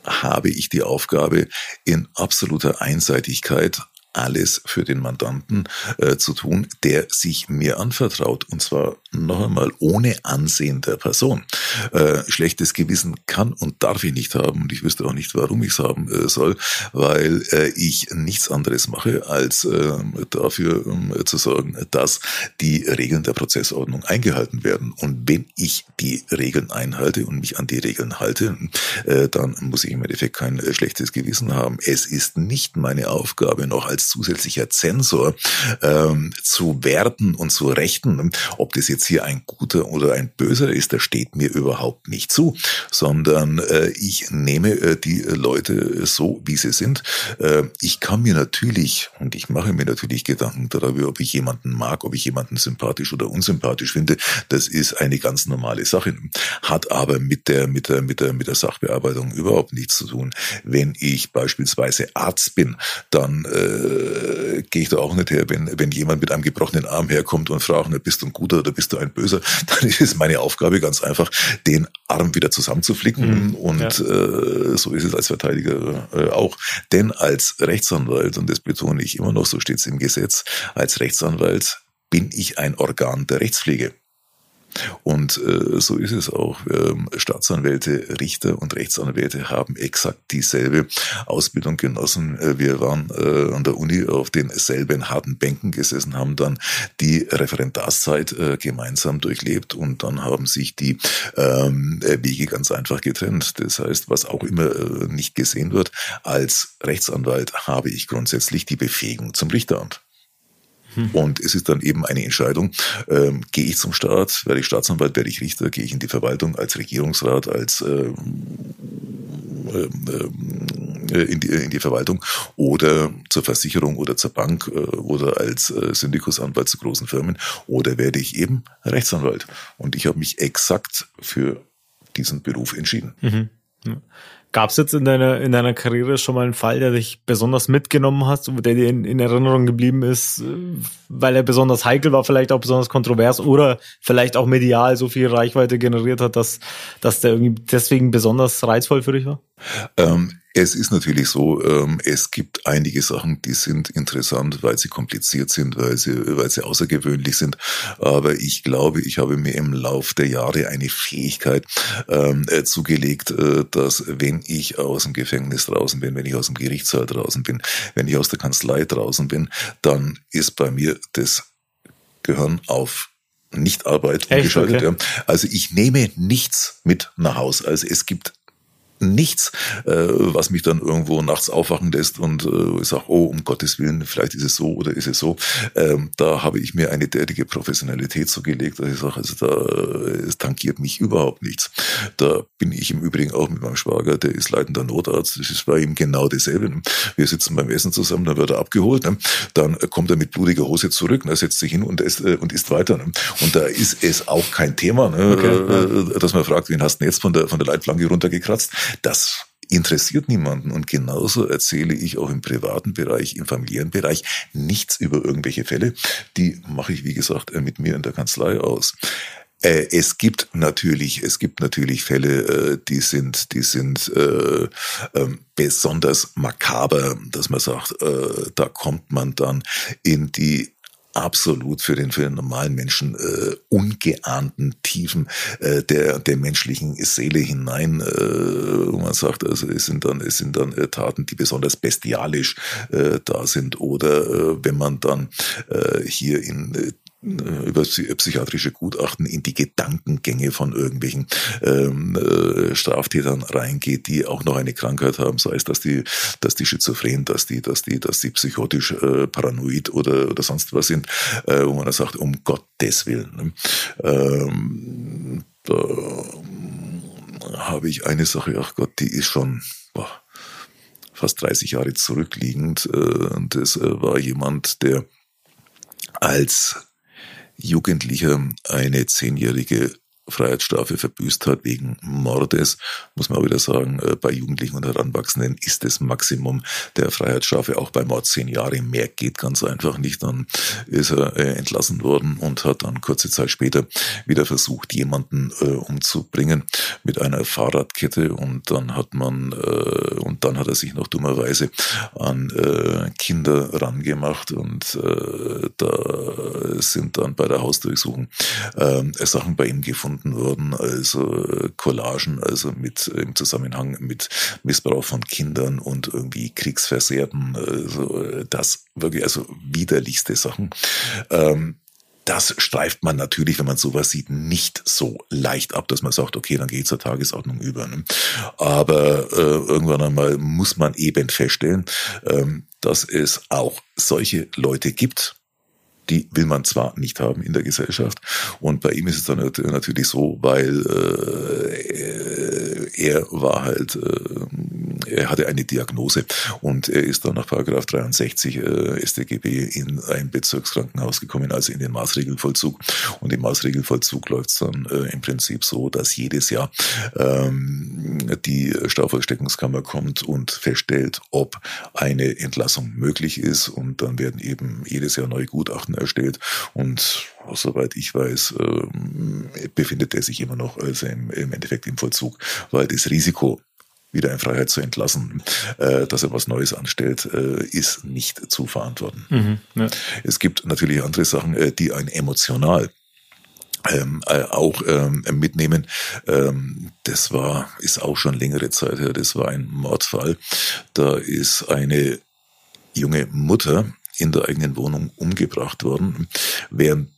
habe ich die Aufgabe, in absoluter Einseitigkeit alles für den Mandanten zu tun, der sich mir anvertraut. Und zwar noch einmal ohne Ansehen der Person. Schlechtes Gewissen kann und darf ich nicht haben und ich wüsste auch nicht, warum ich es haben soll, weil ich nichts anderes mache, als dafür zu sorgen, dass die Regeln der Prozessordnung eingehalten werden. Und wenn ich die Regeln einhalte und mich an die Regeln halte, dann muss ich im Endeffekt kein schlechtes Gewissen haben. Es ist nicht meine Aufgabe, noch als zusätzlicher Zensor zu werten und zu rechten, ob das jetzt hier ein guter oder ein böser ist, das steht mir überhaupt nicht zu, sondern ich nehme die Leute so, wie sie sind. Ich kann mir natürlich, und ich mache mir natürlich Gedanken darüber, ob ich jemanden mag, ob ich jemanden sympathisch oder unsympathisch finde. Das ist eine ganz normale Sache, hat aber mit der Sachbearbeitung überhaupt nichts zu tun. Wenn ich beispielsweise Arzt bin, dann gehe ich da auch nicht her, wenn jemand mit einem gebrochenen Arm herkommt und fragt, bist du ein guter oder bist du ein böser, dann ist es meine Aufgabe ganz einfach, den Arm wieder zusammenzuflicken und so ist es als Verteidiger auch. Denn als Rechtsanwalt, und das betone ich immer noch, so steht es im Gesetz, als Rechtsanwalt bin ich ein Organ der Rechtspflege. Und so ist es auch. Staatsanwälte, Richter und Rechtsanwälte haben exakt dieselbe Ausbildung genossen. Wir waren an der Uni auf denselben harten Bänken gesessen, haben dann die Referendarszeit gemeinsam durchlebt und dann haben sich die Wege ganz einfach getrennt. Das heißt, was auch immer nicht gesehen wird, als Rechtsanwalt habe ich grundsätzlich die Befähigung zum Richteramt. Und es ist dann eben eine Entscheidung, gehe ich zum Staat, werde ich Staatsanwalt, werde ich Richter, gehe ich in die Verwaltung als Regierungsrat, als in die Verwaltung oder zur Versicherung oder zur Bank oder als Syndikusanwalt zu großen Firmen oder werde ich eben Rechtsanwalt. Und ich habe mich exakt für diesen Beruf entschieden. Mhm. Gab es jetzt in deiner Karriere schon mal einen Fall, der dich besonders mitgenommen hat, der dir in Erinnerung geblieben ist, weil er besonders heikel war, vielleicht auch besonders kontrovers oder vielleicht auch medial so viel Reichweite generiert hat, dass der irgendwie deswegen besonders reizvoll für dich war? Es ist natürlich so, es gibt einige Sachen, die sind interessant, weil sie kompliziert sind, weil sie außergewöhnlich sind. Aber ich glaube, ich habe mir im Lauf der Jahre eine Fähigkeit zugelegt, dass wenn ich aus dem Gefängnis draußen bin, wenn ich aus dem Gerichtssaal draußen bin, wenn ich aus der Kanzlei draußen bin, dann ist bei mir das Gehirn auf Nichtarbeit umgeschaltet. Okay. Ja. Also ich nehme nichts mit nach Haus. Also es gibt nichts, was mich dann irgendwo nachts aufwachen lässt und ich sage, oh, um Gottes Willen, vielleicht ist es so oder ist es so. Da habe ich mir eine derartige Professionalität zugelegt, dass ich sage, also es tangiert mich überhaupt nichts. Da bin ich im Übrigen auch mit meinem Schwager, der ist leitender Notarzt, das ist bei ihm genau dasselbe. Wir sitzen beim Essen zusammen, dann wird er abgeholt, dann kommt er mit blutiger Hose zurück, setzt sich hin und isst weiter. Und da ist es auch kein Thema, okay, dass man fragt, wen hast du jetzt von der Leitplanke runtergekratzt? Das interessiert niemanden und genauso erzähle ich auch im privaten Bereich, im familiären Bereich nichts über irgendwelche Fälle. Die mache ich, wie gesagt, mit mir in der Kanzlei aus. Es gibt natürlich Fälle, die sind besonders makaber, dass man sagt, da kommt man dann in die absolut für den normalen Menschen ungeahnten Tiefen der menschlichen Seele hinein, wo man sagt, also es sind dann Taten, die besonders bestialisch da sind, oder wenn man dann hier über psychiatrische Gutachten in die Gedankengänge von irgendwelchen Straftätern reingeht, die auch noch eine Krankheit haben, sei es, dass die schizophren, dass die psychotisch paranoid oder sonst was sind, wo man dann sagt, um Gottes Willen. Da habe ich eine Sache, ach Gott, die ist schon fast 30 Jahre zurückliegend. Das war jemand, der als Jugendlicher eine 10-jährige Freiheitsstrafe verbüßt hat wegen Mordes, muss man auch wieder sagen, bei Jugendlichen und Heranwachsenden ist das Maximum der Freiheitsstrafe auch bei Mord 10 Jahre. Mehr geht ganz einfach nicht. Dann ist er entlassen worden und hat dann kurze Zeit später wieder versucht, jemanden umzubringen mit einer Fahrradkette, und dann hat er sich noch dummerweise an Kinder rangemacht, und da sind dann bei der Hausdurchsuchung Sachen bei ihm gefunden worden, also Collagen, also im Zusammenhang mit Missbrauch von Kindern und irgendwie Kriegsversehrten, also das wirklich, also widerlichste Sachen. Das streift man natürlich, wenn man sowas sieht, nicht so leicht ab, dass man sagt, okay, dann geht zur Tagesordnung über. Ne? Aber irgendwann einmal muss man eben feststellen, dass es auch solche Leute gibt. Die will man zwar nicht haben in der Gesellschaft, und bei ihm ist es dann natürlich so, weil er hatte eine Diagnose, und er ist dann nach Paragraph 63 StGB in ein Bezirkskrankenhaus gekommen, also in den Maßregelvollzug. Und im Maßregelvollzug läuft es dann im Prinzip so, dass jedes Jahr die Strafvollstreckungskammer kommt und feststellt, ob eine Entlassung möglich ist, und dann werden eben jedes Jahr neue Gutachten erstellt, und soweit ich weiß, befindet er sich immer noch also im Endeffekt im Vollzug, weil das Risiko, wieder in Freiheit zu entlassen, dass er was Neues anstellt, ist nicht zu verantworten. Mhm, ja. Es gibt natürlich andere Sachen, die einen emotional auch mitnehmen. Das ist auch schon längere Zeit her, das war ein Mordfall. Da ist eine junge Mutter in der eigenen Wohnung umgebracht worden, während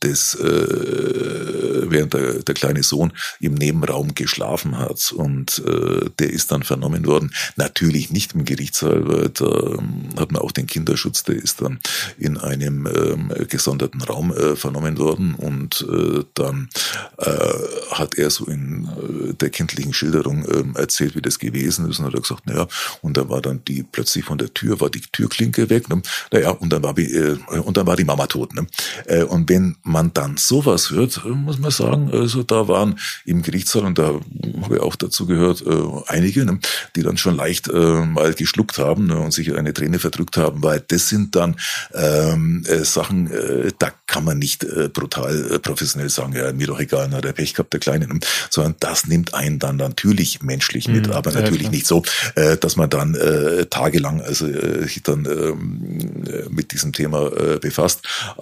der kleine Sohn im Nebenraum geschlafen hat, und der ist dann vernommen worden. Natürlich nicht im Gerichtssaal, weil da hat man auch den Kinderschutz, der ist dann in einem gesonderten Raum vernommen worden, und dann hat er so in der kindlichen Schilderung erzählt, wie das gewesen ist, und hat er gesagt, naja, und da war dann plötzlich von der Tür, war die Türklinke weg, ne? Naja, und dann war die Mama tot. Ne? Und wenn man dann sowas hört, muss man sagen, also da waren im Gerichtssaal, und da habe ich auch dazu gehört, einige, ne, die dann schon leicht mal geschluckt haben, ne, und sich eine Träne verdrückt haben, weil das sind dann Sachen, da kann man nicht brutal professionell sagen, ja, mir doch egal, na, der Pech gehabt, der Kleine, ne? Sondern das nimmt einen dann natürlich menschlich mit, aber natürlich klar. Nicht so, dass man dann tagelang also sich dann mit diesem Thema befasst,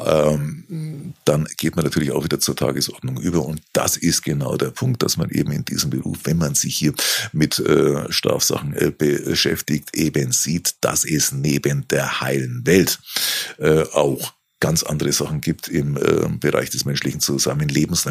dann geht man natürlich auch wieder zur Tagesordnung über, und das ist genau der Punkt, dass man eben in diesem Beruf, wenn man sich hier mit Strafsachen beschäftigt, eben sieht, dass es neben der heilen Welt auch ganz andere Sachen gibt im Bereich des menschlichen Zusammenlebens,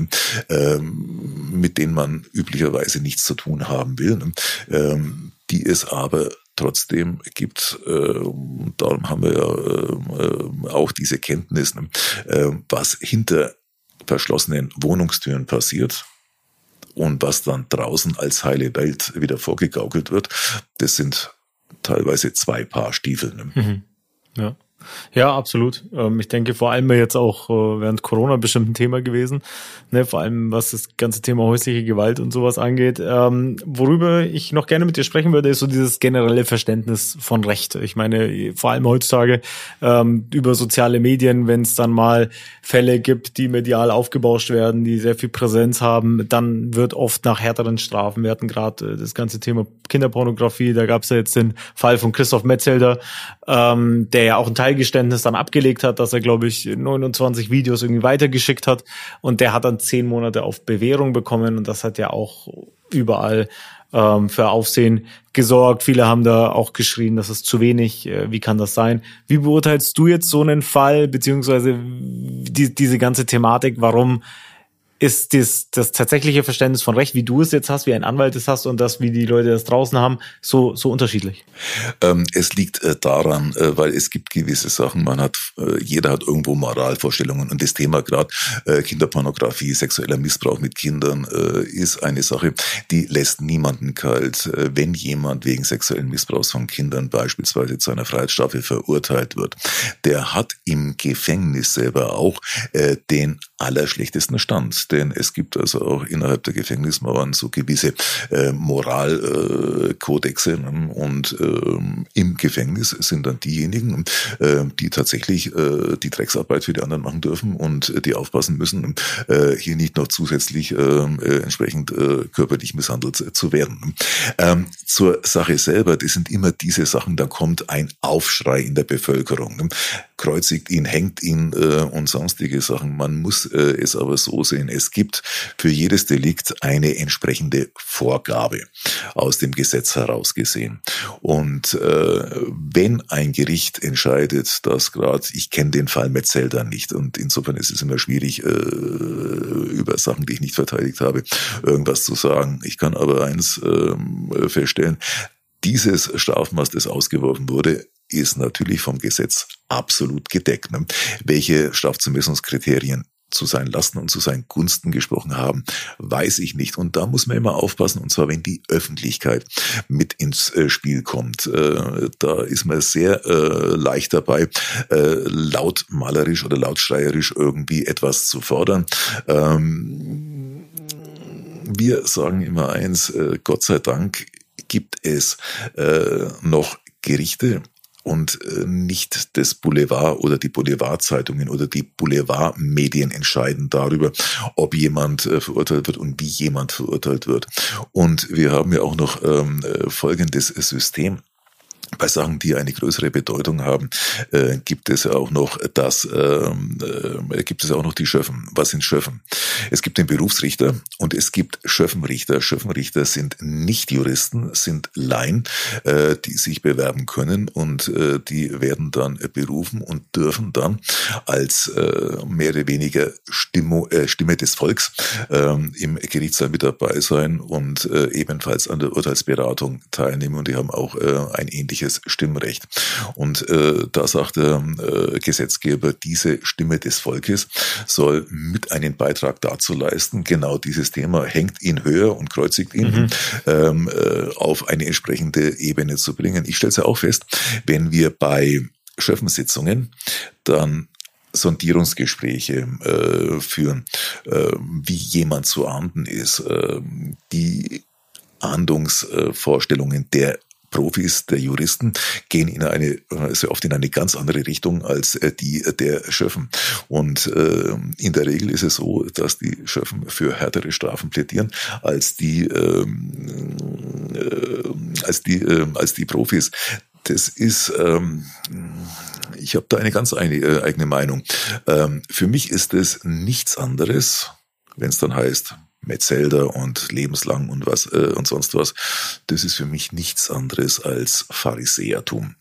mit denen man üblicherweise nichts zu tun haben will, die es aber trotzdem gibt. Darum haben wir ja auch diese Kenntnis, was hinter verschlossenen Wohnungstüren passiert und was dann draußen als heile Welt wieder vorgegaukelt wird. Das sind teilweise 2 Paar Stiefel. Mhm. Ja. Ja, absolut. Ich denke, vor allem jetzt auch während Corona bestimmt ein Thema gewesen, ne, vor allem was das ganze Thema häusliche Gewalt und sowas angeht. Worüber ich noch gerne mit dir sprechen würde, ist so dieses generelle Verständnis von Recht. Ich meine, vor allem heutzutage über soziale Medien, wenn es dann mal Fälle gibt, die medial aufgebauscht werden, die sehr viel Präsenz haben, dann wird oft nach härteren Strafen. Wir hatten gerade das ganze Thema Kinderpornografie, da gab es ja jetzt den Fall von Christoph Metzelder, der ja auch ein Teilgeständnis dann abgelegt hat, dass er, glaube ich, 29 Videos irgendwie weitergeschickt hat, und der hat dann 10 Monate auf Bewährung bekommen, und das hat ja auch überall für Aufsehen gesorgt. Viele haben da auch geschrien, das ist zu wenig, wie kann das sein? Wie beurteilst du jetzt so einen Fall, beziehungsweise diese ganze Thematik, warum ist das tatsächliche Verständnis von Recht, wie du es jetzt hast, wie ein Anwalt es hast, und das, wie die Leute das draußen haben, so unterschiedlich? Es liegt daran, weil es gibt gewisse Sachen, jeder hat irgendwo Moralvorstellungen, und das Thema gerade Kinderpornografie, sexueller Missbrauch mit Kindern ist eine Sache, die lässt niemanden kalt. Wenn jemand wegen sexuellen Missbrauchs von Kindern beispielsweise zu einer Freiheitsstrafe verurteilt wird, der hat im Gefängnis selber auch den allerschlechtesten Stand. denn es gibt also auch innerhalb der Gefängnismauern so gewisse Moralkodexe, und im Gefängnis sind dann diejenigen, die tatsächlich die Drecksarbeit für die anderen machen dürfen und die aufpassen müssen, hier nicht noch zusätzlich entsprechend körperlich misshandelt zu werden. Zur Sache selber, das sind immer diese Sachen, da kommt ein Aufschrei in der Bevölkerung. Kreuzigt ihn, hängt ihn und sonstige Sachen. Man muss es aber so sehen, es gibt für jedes Delikt eine entsprechende Vorgabe aus dem Gesetz heraus gesehen. Und wenn ein Gericht entscheidet, dass gerade, ich kenne den Fall Metzelder nicht und insofern ist es immer schwierig, über Sachen, die ich nicht verteidigt habe, irgendwas zu sagen. Ich kann aber eins feststellen, dieses Strafmaß, das ausgeworfen wurde, ist natürlich vom Gesetz absolut gedeckt. Welche Strafzumessungskriterien zu seinen Lasten und zu seinen Gunsten gesprochen haben, weiß ich nicht. Und da muss man immer aufpassen, und zwar, wenn die Öffentlichkeit mit ins Spiel kommt. Da ist man sehr leicht dabei, lautmalerisch oder lautschreierisch irgendwie etwas zu fordern. Wir sagen immer eins, Gott sei Dank gibt es noch Gerichte, und nicht das Boulevard oder die Boulevardzeitungen oder die Boulevardmedien entscheiden darüber, ob jemand verurteilt wird und wie jemand verurteilt wird. Und wir haben ja auch noch folgendes System. Bei Sachen, die eine größere Bedeutung haben, gibt es ja auch noch die Schöffen. Was sind Schöffen? Es gibt den Berufsrichter und es gibt Schöffenrichter. Schöffenrichter sind nicht Juristen, sind Laien, die sich bewerben können, und die werden dann berufen und dürfen dann als mehr oder weniger Stimme des Volks im Gerichtssaal mit dabei sein und ebenfalls an der Urteilsberatung teilnehmen, und die haben auch ein ähnliches Stimmrecht. Und da sagt der Gesetzgeber, diese Stimme des Volkes soll mit einen Beitrag dazu leisten, genau dieses Thema, hängt ihn höher und kreuzigt ihn, auf eine entsprechende Ebene zu bringen. Ich stelle es ja auch fest, wenn wir bei Schöffensitzungen dann Sondierungsgespräche führen, wie jemand zu ahnden ist, die Ahndungsvorstellungen der Profis, der Juristen, gehen sehr oft in eine ganz andere Richtung als die der Schöffen. Und in der Regel ist es so, dass die Schöffen für härtere Strafen plädieren als die Profis. Das ist, ich habe da eine ganz eigene Meinung. Für mich ist es nichts anderes, wenn es dann heißt, Metzelder und lebenslang und was und sonst was, das ist für mich nichts anderes als Pharisäertum.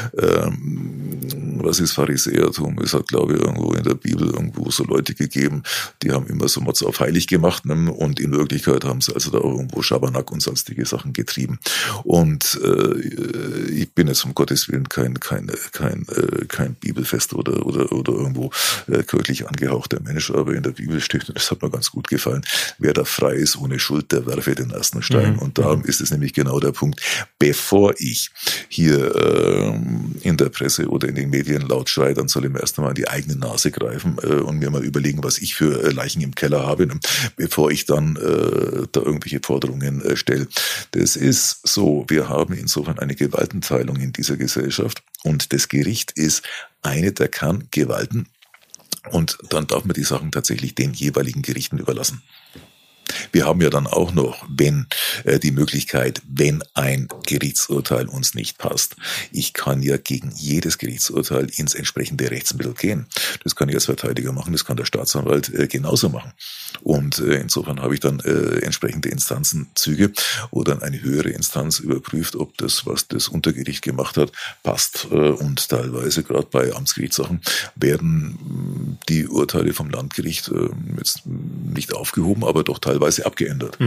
Was ist Pharisäertum? Es hat, glaube ich, irgendwo in der Bibel irgendwo so Leute gegeben, die haben immer so Motz auf heilig gemacht, ne? Und in Wirklichkeit haben sie also da irgendwo Schabernack und sonstige Sachen getrieben. Und ich bin jetzt um Gottes Willen kein Bibelfest oder irgendwo kirchlich angehauchter Mensch, aber in der Bibel steht, und das hat mir ganz gut gefallen, wer da frei ist ohne Schuld, der werfe den ersten Stein. Und darum ist es nämlich genau der Punkt. Bevor ich hier in der Presse oder in den Medien laut schreie, dann soll ich mir erst einmal an die eigene Nase greifen und mir mal überlegen, was ich für Leichen im Keller habe, bevor ich dann da irgendwelche Forderungen stelle. Das ist so, wir haben insofern eine Gewaltenteilung in dieser Gesellschaft, und das Gericht ist eine der Kerngewalten, und dann darf man die Sachen tatsächlich den jeweiligen Gerichten überlassen. Wir haben ja dann auch noch, die Möglichkeit, wenn ein Gerichtsurteil uns nicht passt. Ich kann ja gegen jedes Gerichtsurteil ins entsprechende Rechtsmittel gehen. Das kann ich als Verteidiger machen, das kann der Staatsanwalt genauso machen. Und insofern habe ich dann entsprechende Instanzenzüge, wo dann eine höhere Instanz überprüft, ob das, was das Untergericht gemacht hat, passt. Und teilweise, gerade bei Amtsgerichtssachen, werden die Urteile vom Landgericht jetzt nicht aufgehoben, aber doch teilweise abgeändert.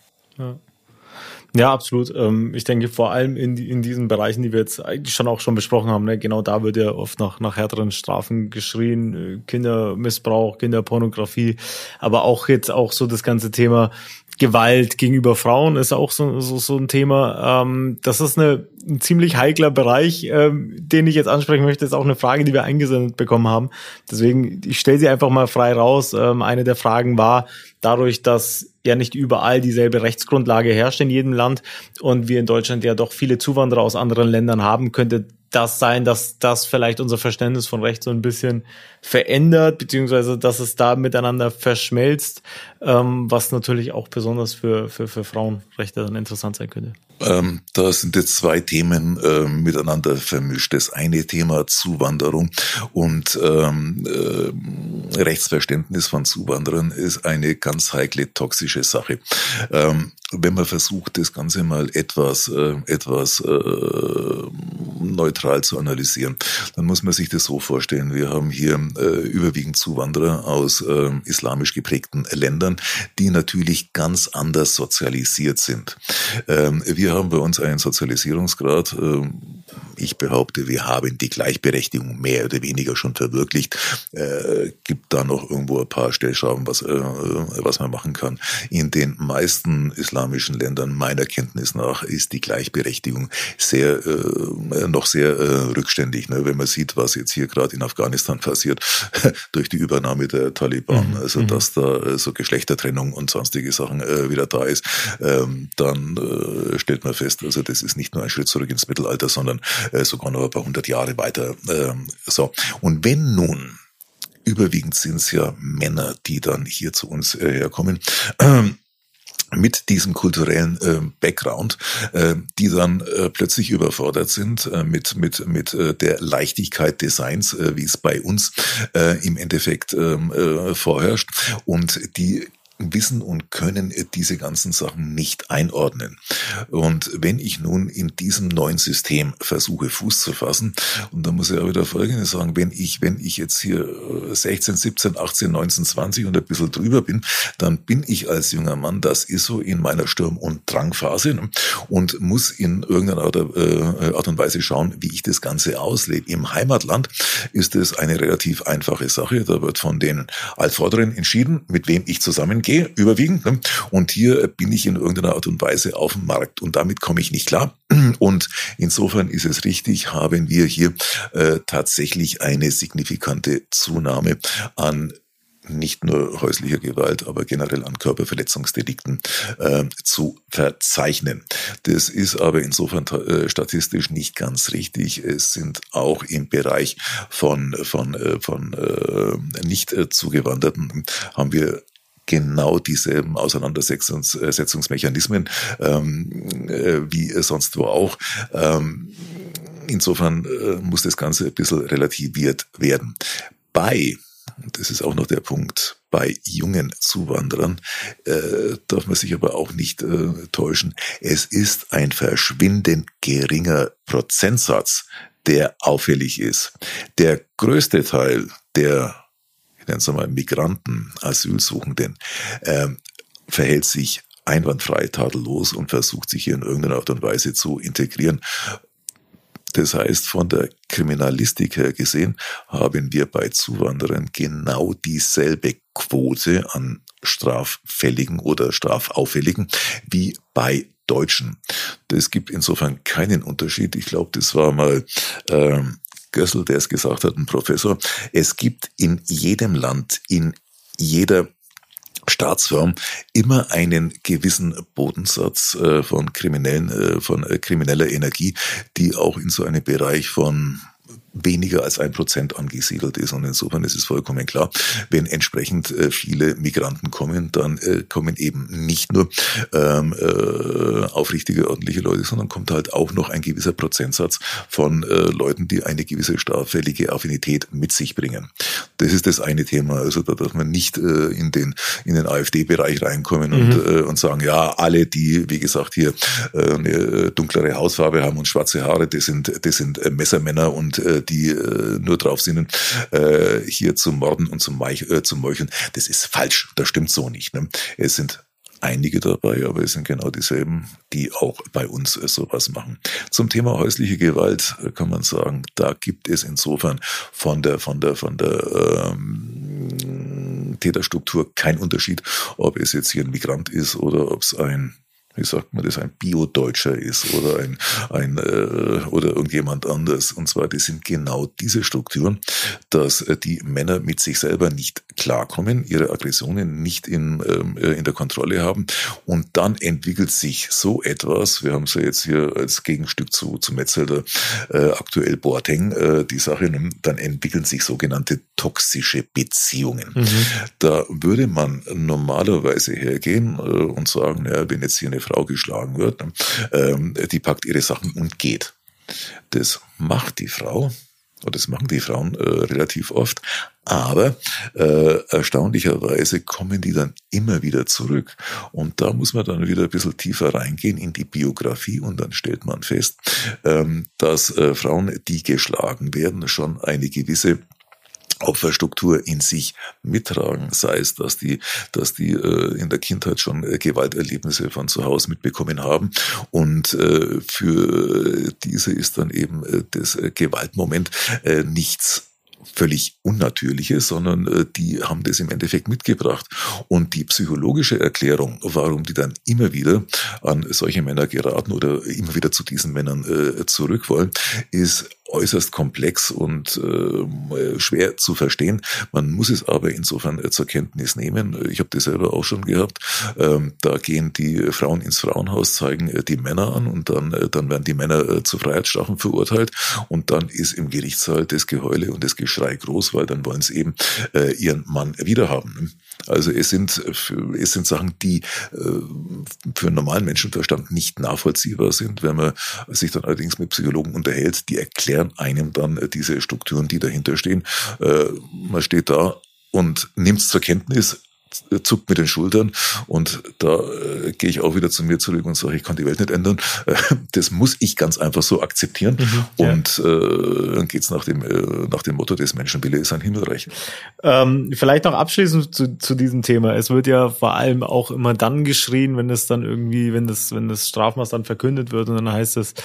Ja, absolut. Ich denke vor allem in diesen Bereichen, die wir jetzt eigentlich schon besprochen haben, ne, genau da wird ja oft nach härteren Strafen geschrien, Kindermissbrauch, Kinderpornografie, aber auch jetzt auch so das ganze Thema Gewalt gegenüber Frauen ist auch so ein Thema. Das ist ein ziemlich heikler Bereich, den ich jetzt ansprechen möchte. Das ist auch eine Frage, die wir eingesendet bekommen haben. Deswegen, ich stelle sie einfach mal frei raus. Eine der Fragen war, dadurch, dass ja nicht überall dieselbe Rechtsgrundlage herrscht in jedem Land und wir in Deutschland ja doch viele Zuwanderer aus anderen Ländern haben, könnte das sein, dass das vielleicht unser Verständnis von Recht so ein bisschen verändert, beziehungsweise dass es da miteinander verschmelzt, was natürlich auch besonders für Frauenrechte dann interessant sein könnte. Da sind jetzt zwei Themen miteinander vermischt. Das eine Thema Zuwanderung und Rechtsverständnis von Zuwanderern ist eine ganz heikle, toxische Sache. Wenn man versucht, das Ganze mal etwas neutral zu analysieren, dann muss man sich das so vorstellen. Wir haben hier überwiegend Zuwanderer aus islamisch geprägten Ländern, die natürlich ganz anders sozialisiert sind. Wir haben bei uns einen Sozialisierungsgrad. Ich behaupte, wir haben die Gleichberechtigung mehr oder weniger schon verwirklicht. Gibt da noch irgendwo ein paar Stellschrauben, was man machen kann. In den meisten islamischen Ländern, meiner Kenntnis nach, ist die Gleichberechtigung noch sehr rückständig. Ne? Wenn man sieht, was jetzt hier gerade in Afghanistan passiert, durch die Übernahme der Taliban, also dass da so Geschlechtertrennung und sonstige Sachen wieder da ist, dann stellt man fest, also das ist nicht nur ein Schritt zurück ins Mittelalter, sondern sogar noch ein paar 100 Jahre weiter. Und wenn nun, überwiegend sind es ja Männer, die dann hier zu uns herkommen, mit diesem kulturellen Background, die dann plötzlich überfordert sind mit der Leichtigkeit des Seins, wie es bei uns im Endeffekt vorherrscht, und die wissen und können diese ganzen Sachen nicht einordnen. Und wenn ich nun in diesem neuen System versuche, Fuß zu fassen, und da muss ich auch wieder Folgendes sagen, wenn ich jetzt hier 16, 17, 18, 19, 20 und ein bisschen drüber bin, dann bin ich als junger Mann, das ist so in meiner Sturm- und Drangphase, und muss in irgendeiner Art und Weise schauen, wie ich das Ganze auslebe. Im Heimatland ist es eine relativ einfache Sache. Da wird von den Altvorderen entschieden, mit wem ich zusammengehe, überwiegend. Und hier bin ich in irgendeiner Art und Weise auf dem Markt und damit komme ich nicht klar. Und insofern ist es richtig, haben wir hier tatsächlich eine signifikante Zunahme an nicht nur häuslicher Gewalt, aber generell an Körperverletzungsdelikten zu verzeichnen. Das ist aber insofern statistisch nicht ganz richtig. Es sind auch im Bereich von nicht Zugewanderten haben wir genau dieselben Auseinandersetzungsmechanismen wie sonst wo auch. Insofern muss das Ganze ein bisschen relativiert werden. Das ist auch noch der Punkt, bei jungen Zuwanderern darf man sich aber auch nicht täuschen. Es ist ein verschwindend geringer Prozentsatz, der auffällig ist. Der größte Teil der, ich nenne es mal, Migranten, Asylsuchenden, verhält sich einwandfrei, tadellos und versucht sich hier in irgendeiner Art und Weise zu integrieren. Das heißt, von der Kriminalistik her gesehen, haben wir bei Zuwanderern genau dieselbe Quote an Straffälligen oder Strafauffälligen wie bei Deutschen. Das gibt insofern keinen Unterschied. Ich glaube, das war mal Gössel, der es gesagt hat, ein Professor. Es gibt in jedem Land, in jeder Staatsform immer einen gewissen Bodensatz von krimineller Energie, die auch in so einem Bereich von weniger als 1% angesiedelt ist. Und insofern ist es vollkommen klar, wenn entsprechend viele Migranten kommen, dann kommen eben nicht nur aufrichtige, ordentliche Leute, sondern kommt halt auch noch ein gewisser Prozentsatz von Leuten, die eine gewisse straffällige Affinität mit sich bringen. Das ist das eine Thema. Also da darf man nicht in den AfD-Bereich reinkommen und sagen, ja, alle, die, wie gesagt, hier eine dunklere Hautfarbe haben und schwarze Haare, das sind Messermänner und die nur drauf sind, hier zu morden und zu meucheln. Das ist falsch, das stimmt so nicht. Ne? Es sind einige dabei, aber es sind genau dieselben, die auch bei uns sowas machen. Zum Thema häusliche Gewalt kann man sagen, da gibt es insofern von der Täterstruktur kein Unterschied, ob es jetzt hier ein Migrant ist oder ob es ein Bio-Deutscher ist oder oder irgendjemand anders. Und zwar, das sind genau diese Strukturen, dass die Männer mit sich selber nicht klarkommen, ihre Aggressionen nicht in der Kontrolle haben. Und dann entwickelt sich so etwas, wir haben es ja jetzt hier als Gegenstück zu Metzelder aktuell Boateng, die Sache, dann entwickeln sich sogenannte toxische Beziehungen. Da würde man normalerweise hergehen und sagen, naja, wenn jetzt hier eine Frau geschlagen wird, die packt ihre Sachen und geht. Das macht die Frau, oder das machen die Frauen relativ oft, aber erstaunlicherweise kommen die dann immer wieder zurück. Und da muss man dann wieder ein bisschen tiefer reingehen in die Biografie und dann stellt man fest, dass Frauen, die geschlagen werden, schon eine gewisse Opferstruktur in sich mittragen, sei es, dass die in der Kindheit schon Gewalterlebnisse von zu Hause mitbekommen haben und für diese ist dann eben das Gewaltmoment nichts völlig Unnatürliches, sondern die haben das im Endeffekt mitgebracht. Und die psychologische Erklärung, warum die dann immer wieder an solche Männer geraten oder immer wieder zu diesen Männern zurück wollen, ist äußerst komplex und schwer zu verstehen. Man muss es aber insofern zur Kenntnis nehmen. Ich habe das selber auch schon gehabt. Da gehen die Frauen ins Frauenhaus, zeigen die Männer an und dann werden die Männer zu Freiheitsstrafen verurteilt und dann ist im Gerichtssaal das Geheule und das Geschrei groß, weil dann wollen sie eben ihren Mann wiederhaben. Also es sind Sachen, die für einen normalen Menschenverstand nicht nachvollziehbar sind. Wenn man sich dann allerdings mit Psychologen unterhält, die erklären einem dann diese Strukturen, die dahinter stehen. Man steht da und nimmt es zur Kenntnis, zuckt mit den Schultern und da gehe ich auch wieder zu mir zurück und sage, ich kann die Welt nicht ändern. Das muss ich ganz einfach so akzeptieren. Und dann geht's nach dem Motto, des Menschenwille ist ein Himmelreich. Vielleicht noch abschließend zu diesem Thema. Es wird ja vor allem auch immer dann geschrien, wenn es dann irgendwie, wenn das Strafmaß dann verkündet wird und dann heißt es,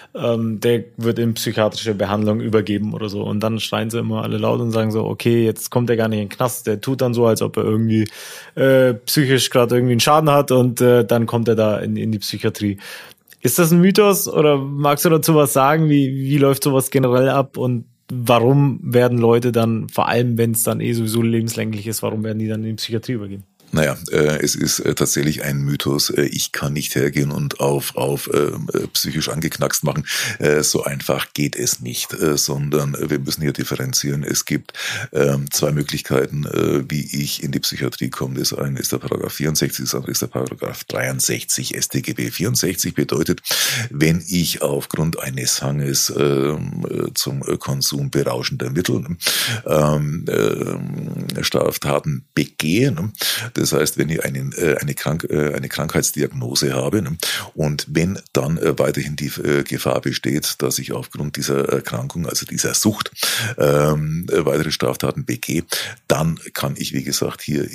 der wird in psychiatrische Behandlung übergeben oder so. Und dann schreien sie immer alle laut und sagen so, okay, jetzt kommt er gar nicht in den Knast. Der tut dann so, als ob er irgendwie psychisch gerade irgendwie einen Schaden hat und dann kommt er da in die Psychiatrie. Ist das ein Mythos oder magst du dazu was sagen? Wie läuft sowas generell ab und warum werden Leute dann, vor allem wenn es dann sowieso lebenslänglich ist, warum werden die dann in die Psychiatrie übergehen? Naja, es ist tatsächlich ein Mythos. Ich kann nicht hergehen und auf psychisch angeknackst machen. So einfach geht es nicht, sondern wir müssen hier differenzieren. Es gibt zwei Möglichkeiten, wie ich in die Psychiatrie komme. Das eine ist der Paragraph 64, das andere ist der Paragraph 63 StGB. 64 bedeutet, wenn ich aufgrund eines Hanges zum Konsum berauschender Mittel Straftaten begehe, das heißt, wenn ich eine Krankheitsdiagnose habe und wenn dann weiterhin die Gefahr besteht, dass ich aufgrund dieser Erkrankung, also dieser Sucht, weitere Straftaten begehe, dann kann ich, wie gesagt, hier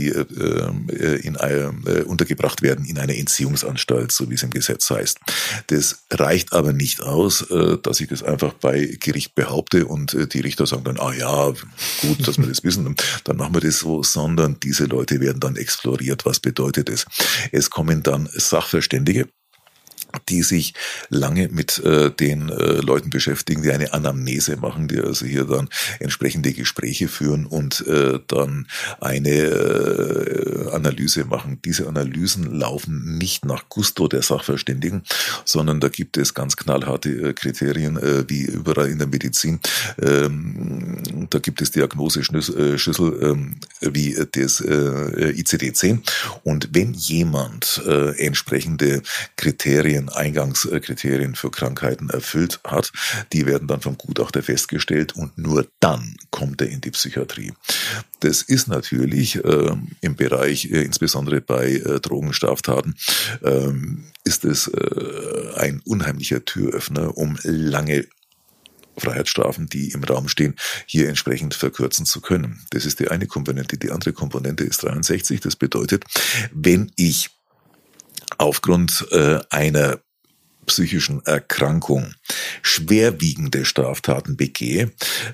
untergebracht werden in einer Entziehungsanstalt, so wie es im Gesetz heißt. Das reicht aber nicht aus, dass ich das einfach bei Gericht behaupte und die Richter sagen dann, ja, gut, dass wir das wissen, dann machen wir das so, sondern diese Leute werden dann exploriert. Was bedeutet es? Es kommen dann Sachverständige, die sich lange mit den Leuten beschäftigen, die eine Anamnese machen, die also hier dann entsprechende Gespräche führen und dann eine Analyse machen. Diese Analysen laufen nicht nach Gusto der Sachverständigen, sondern da gibt es ganz knallharte Kriterien, wie überall in der Medizin. Da gibt es Diagnoseschlüssel wie das ICD-10 und wenn jemand entsprechende Eingangskriterien für Krankheiten erfüllt hat, die werden dann vom Gutachter festgestellt und nur dann kommt er in die Psychiatrie. Das ist natürlich im Bereich, insbesondere bei Drogenstraftaten, ist es ein unheimlicher Türöffner, um lange Freiheitsstrafen, die im Raum stehen, hier entsprechend verkürzen zu können. Das ist die eine Komponente. Die andere Komponente ist 63. Das bedeutet, wenn ich aufgrund einer psychischen Erkrankung schwerwiegende Straftaten begehe,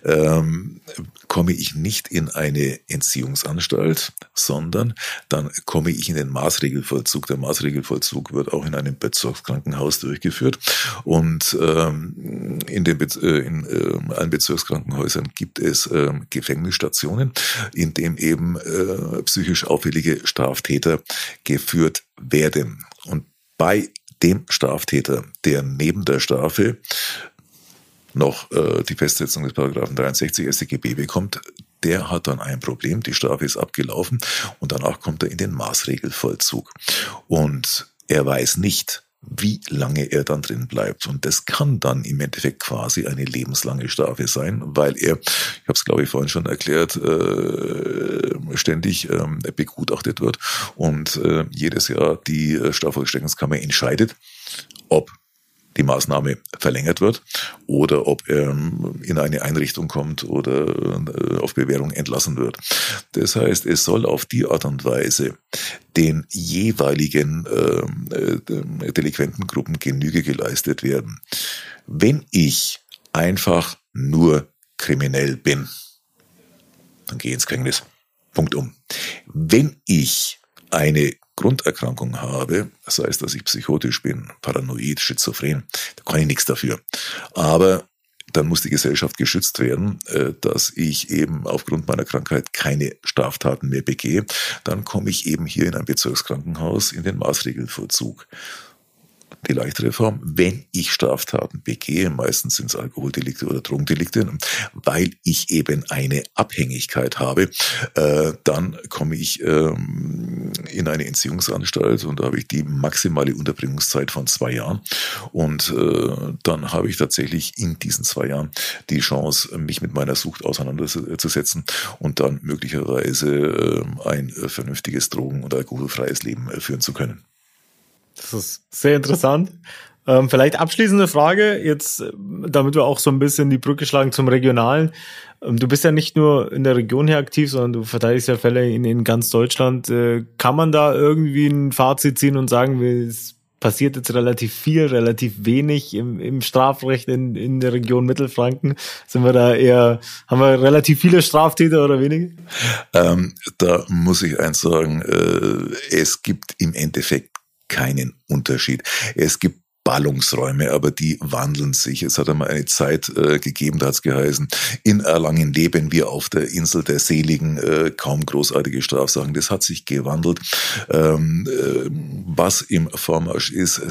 komme ich nicht in eine Entziehungsanstalt, sondern dann komme ich in den Maßregelvollzug. Der Maßregelvollzug wird auch in einem Bezirkskrankenhaus durchgeführt und in allen Bezirkskrankenhäusern gibt es Gefängnisstationen, in dem eben psychisch auffällige Straftäter geführt werden. Und bei dem Straftäter, der neben der Strafe noch die Festsetzung des Paragraphen 63 StGB bekommt, der hat dann ein Problem, die Strafe ist abgelaufen und danach kommt er in den Maßregelvollzug. Und er weiß nicht, wie lange er dann drin bleibt. Und das kann dann im Endeffekt quasi eine lebenslange Strafe sein, weil er, ich habe es glaube ich vorhin schon erklärt, ständig begutachtet wird und jedes Jahr die Strafvollstreckungskammer entscheidet, ob die Maßnahme verlängert wird oder ob er in eine Einrichtung kommt oder auf Bewährung entlassen wird. Das heißt, es soll auf die Art und Weise den jeweiligen Delinquentengruppen Genüge geleistet werden. Wenn ich einfach nur kriminell bin, dann gehe ich ins Gefängnis. Punkt um. Wenn ich eine Grunderkrankung habe, das heißt, dass ich psychotisch bin, paranoid, schizophren, da kann ich nichts dafür. Aber dann muss die Gesellschaft geschützt werden, dass ich eben aufgrund meiner Krankheit keine Straftaten mehr begehe. Dann komme ich eben hier in ein Bezirkskrankenhaus in den Maßregelvollzug. Die leichtere Form, wenn ich Straftaten begehe, meistens sind es Alkoholdelikte oder Drogendelikte, weil ich eben eine Abhängigkeit habe, dann komme ich in eine Entziehungsanstalt und da habe ich die maximale Unterbringungszeit von 2 Jahren und dann habe ich tatsächlich in diesen 2 Jahren die Chance, mich mit meiner Sucht auseinanderzusetzen und dann möglicherweise ein vernünftiges Drogen- und alkoholfreies Leben führen zu können. Das ist sehr interessant. Vielleicht abschließende Frage, jetzt, damit wir auch so ein bisschen die Brücke schlagen zum Regionalen. Du bist ja nicht nur in der Region hier aktiv, sondern du verteidigst ja Fälle in ganz Deutschland. Kann man da irgendwie ein Fazit ziehen und sagen, es passiert jetzt relativ viel, relativ wenig im Strafrecht in der Region Mittelfranken? Sind wir da haben wir relativ viele Straftäter oder wenige? Da muss ich eins sagen, es gibt im Endeffekt keinen Unterschied. Es gibt Ballungsräume, aber die wandeln sich. Es hat einmal eine Zeit gegeben, da hat es geheißen, in Erlangen leben wir auf der Insel der Seligen, kaum großartige Strafsachen. Das hat sich gewandelt. Was im Vormarsch ist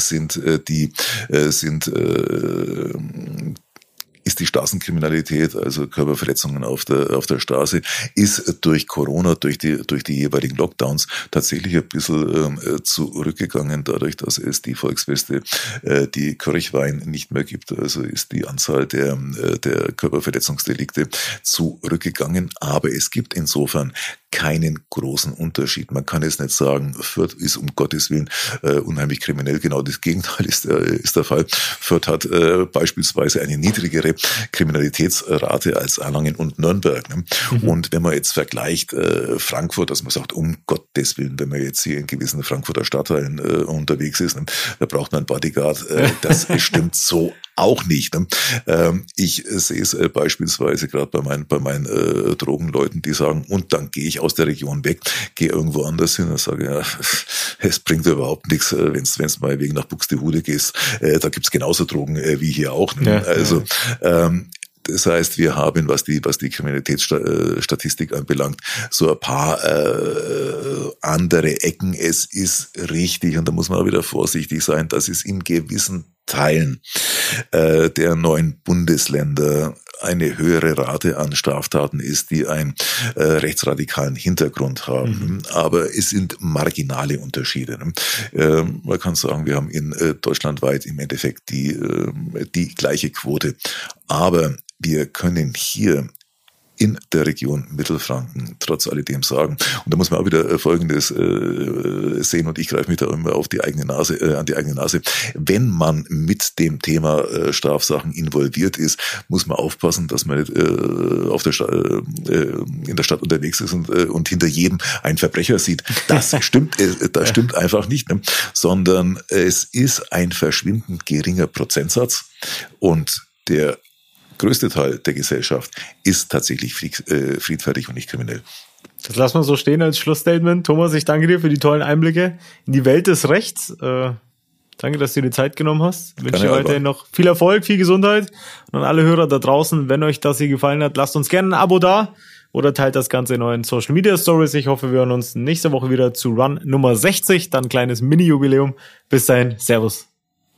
die Straßenkriminalität, also Körperverletzungen auf der Straße, ist durch Corona, durch die jeweiligen Lockdowns tatsächlich ein bisschen zurückgegangen, dadurch, dass es die Volksfeste, die Kirchweih nicht mehr gibt. Also ist die Anzahl der Körperverletzungsdelikte zurückgegangen, aber es gibt insofern keinen großen Unterschied. Man kann jetzt nicht sagen, Fürth ist um Gottes Willen unheimlich kriminell. Genau das Gegenteil ist der Fall. Fürth hat beispielsweise eine niedrigere Kriminalitätsrate als Erlangen und Nürnberg. Ne? Mhm. Und wenn man jetzt vergleicht Frankfurt, dass man sagt, um Gottes Willen, wenn man jetzt hier in gewissen Frankfurter Stadtteilen unterwegs ist, ne, da braucht man einen Bodyguard. Das stimmt so auch nicht. Ne? Ich sehe es beispielsweise gerade bei meinen Drogenleuten, die sagen, und dann gehe ich aus der Region weg, gehe irgendwo anders hin und sage, ja, es bringt überhaupt nichts, wenn es mal wegen nach Buxtehude gehst. Da gibt's genauso Drogen wie hier auch. Ne? Ja, also das heißt, wir haben, was die Kriminalitätsstatistik anbelangt, so ein paar andere Ecken. Es ist richtig, und da muss man auch wieder vorsichtig sein, dass es in gewissen Teilen der 9 Bundesländer eine höhere Rate an Straftaten ist, die einen rechtsradikalen Hintergrund haben. Mhm. Aber es sind marginale Unterschiede. Man kann sagen, wir haben in deutschlandweit im Endeffekt die gleiche Quote. Aber wir können hier in der Region Mittelfranken trotz alledem sagen. Und da muss man auch wieder Folgendes sehen, und ich greife mich da immer auf die eigene Nase, an die eigene Nase. Wenn man mit dem Thema Strafsachen involviert ist, muss man aufpassen, dass man nicht in der Stadt unterwegs ist und hinter jedem einen Verbrecher sieht. Das stimmt einfach nicht, ne? Sondern es ist ein verschwindend geringer Prozentsatz, und der größte Teil der Gesellschaft ist tatsächlich friedfertig und nicht kriminell. Das lassen wir so stehen als Schlussstatement. Thomas, ich danke dir für die tollen Einblicke in die Welt des Rechts. Danke, dass du dir die Zeit genommen hast. Ich wünsche dir weiterhin noch viel Erfolg, viel Gesundheit. Und an alle Hörer da draußen, wenn euch das hier gefallen hat, lasst uns gerne ein Abo da oder teilt das Ganze in euren Social Media Stories. Ich hoffe, wir hören uns nächste Woche wieder zu Run Nummer 60, dann ein kleines Mini-Jubiläum. Bis dahin, Servus.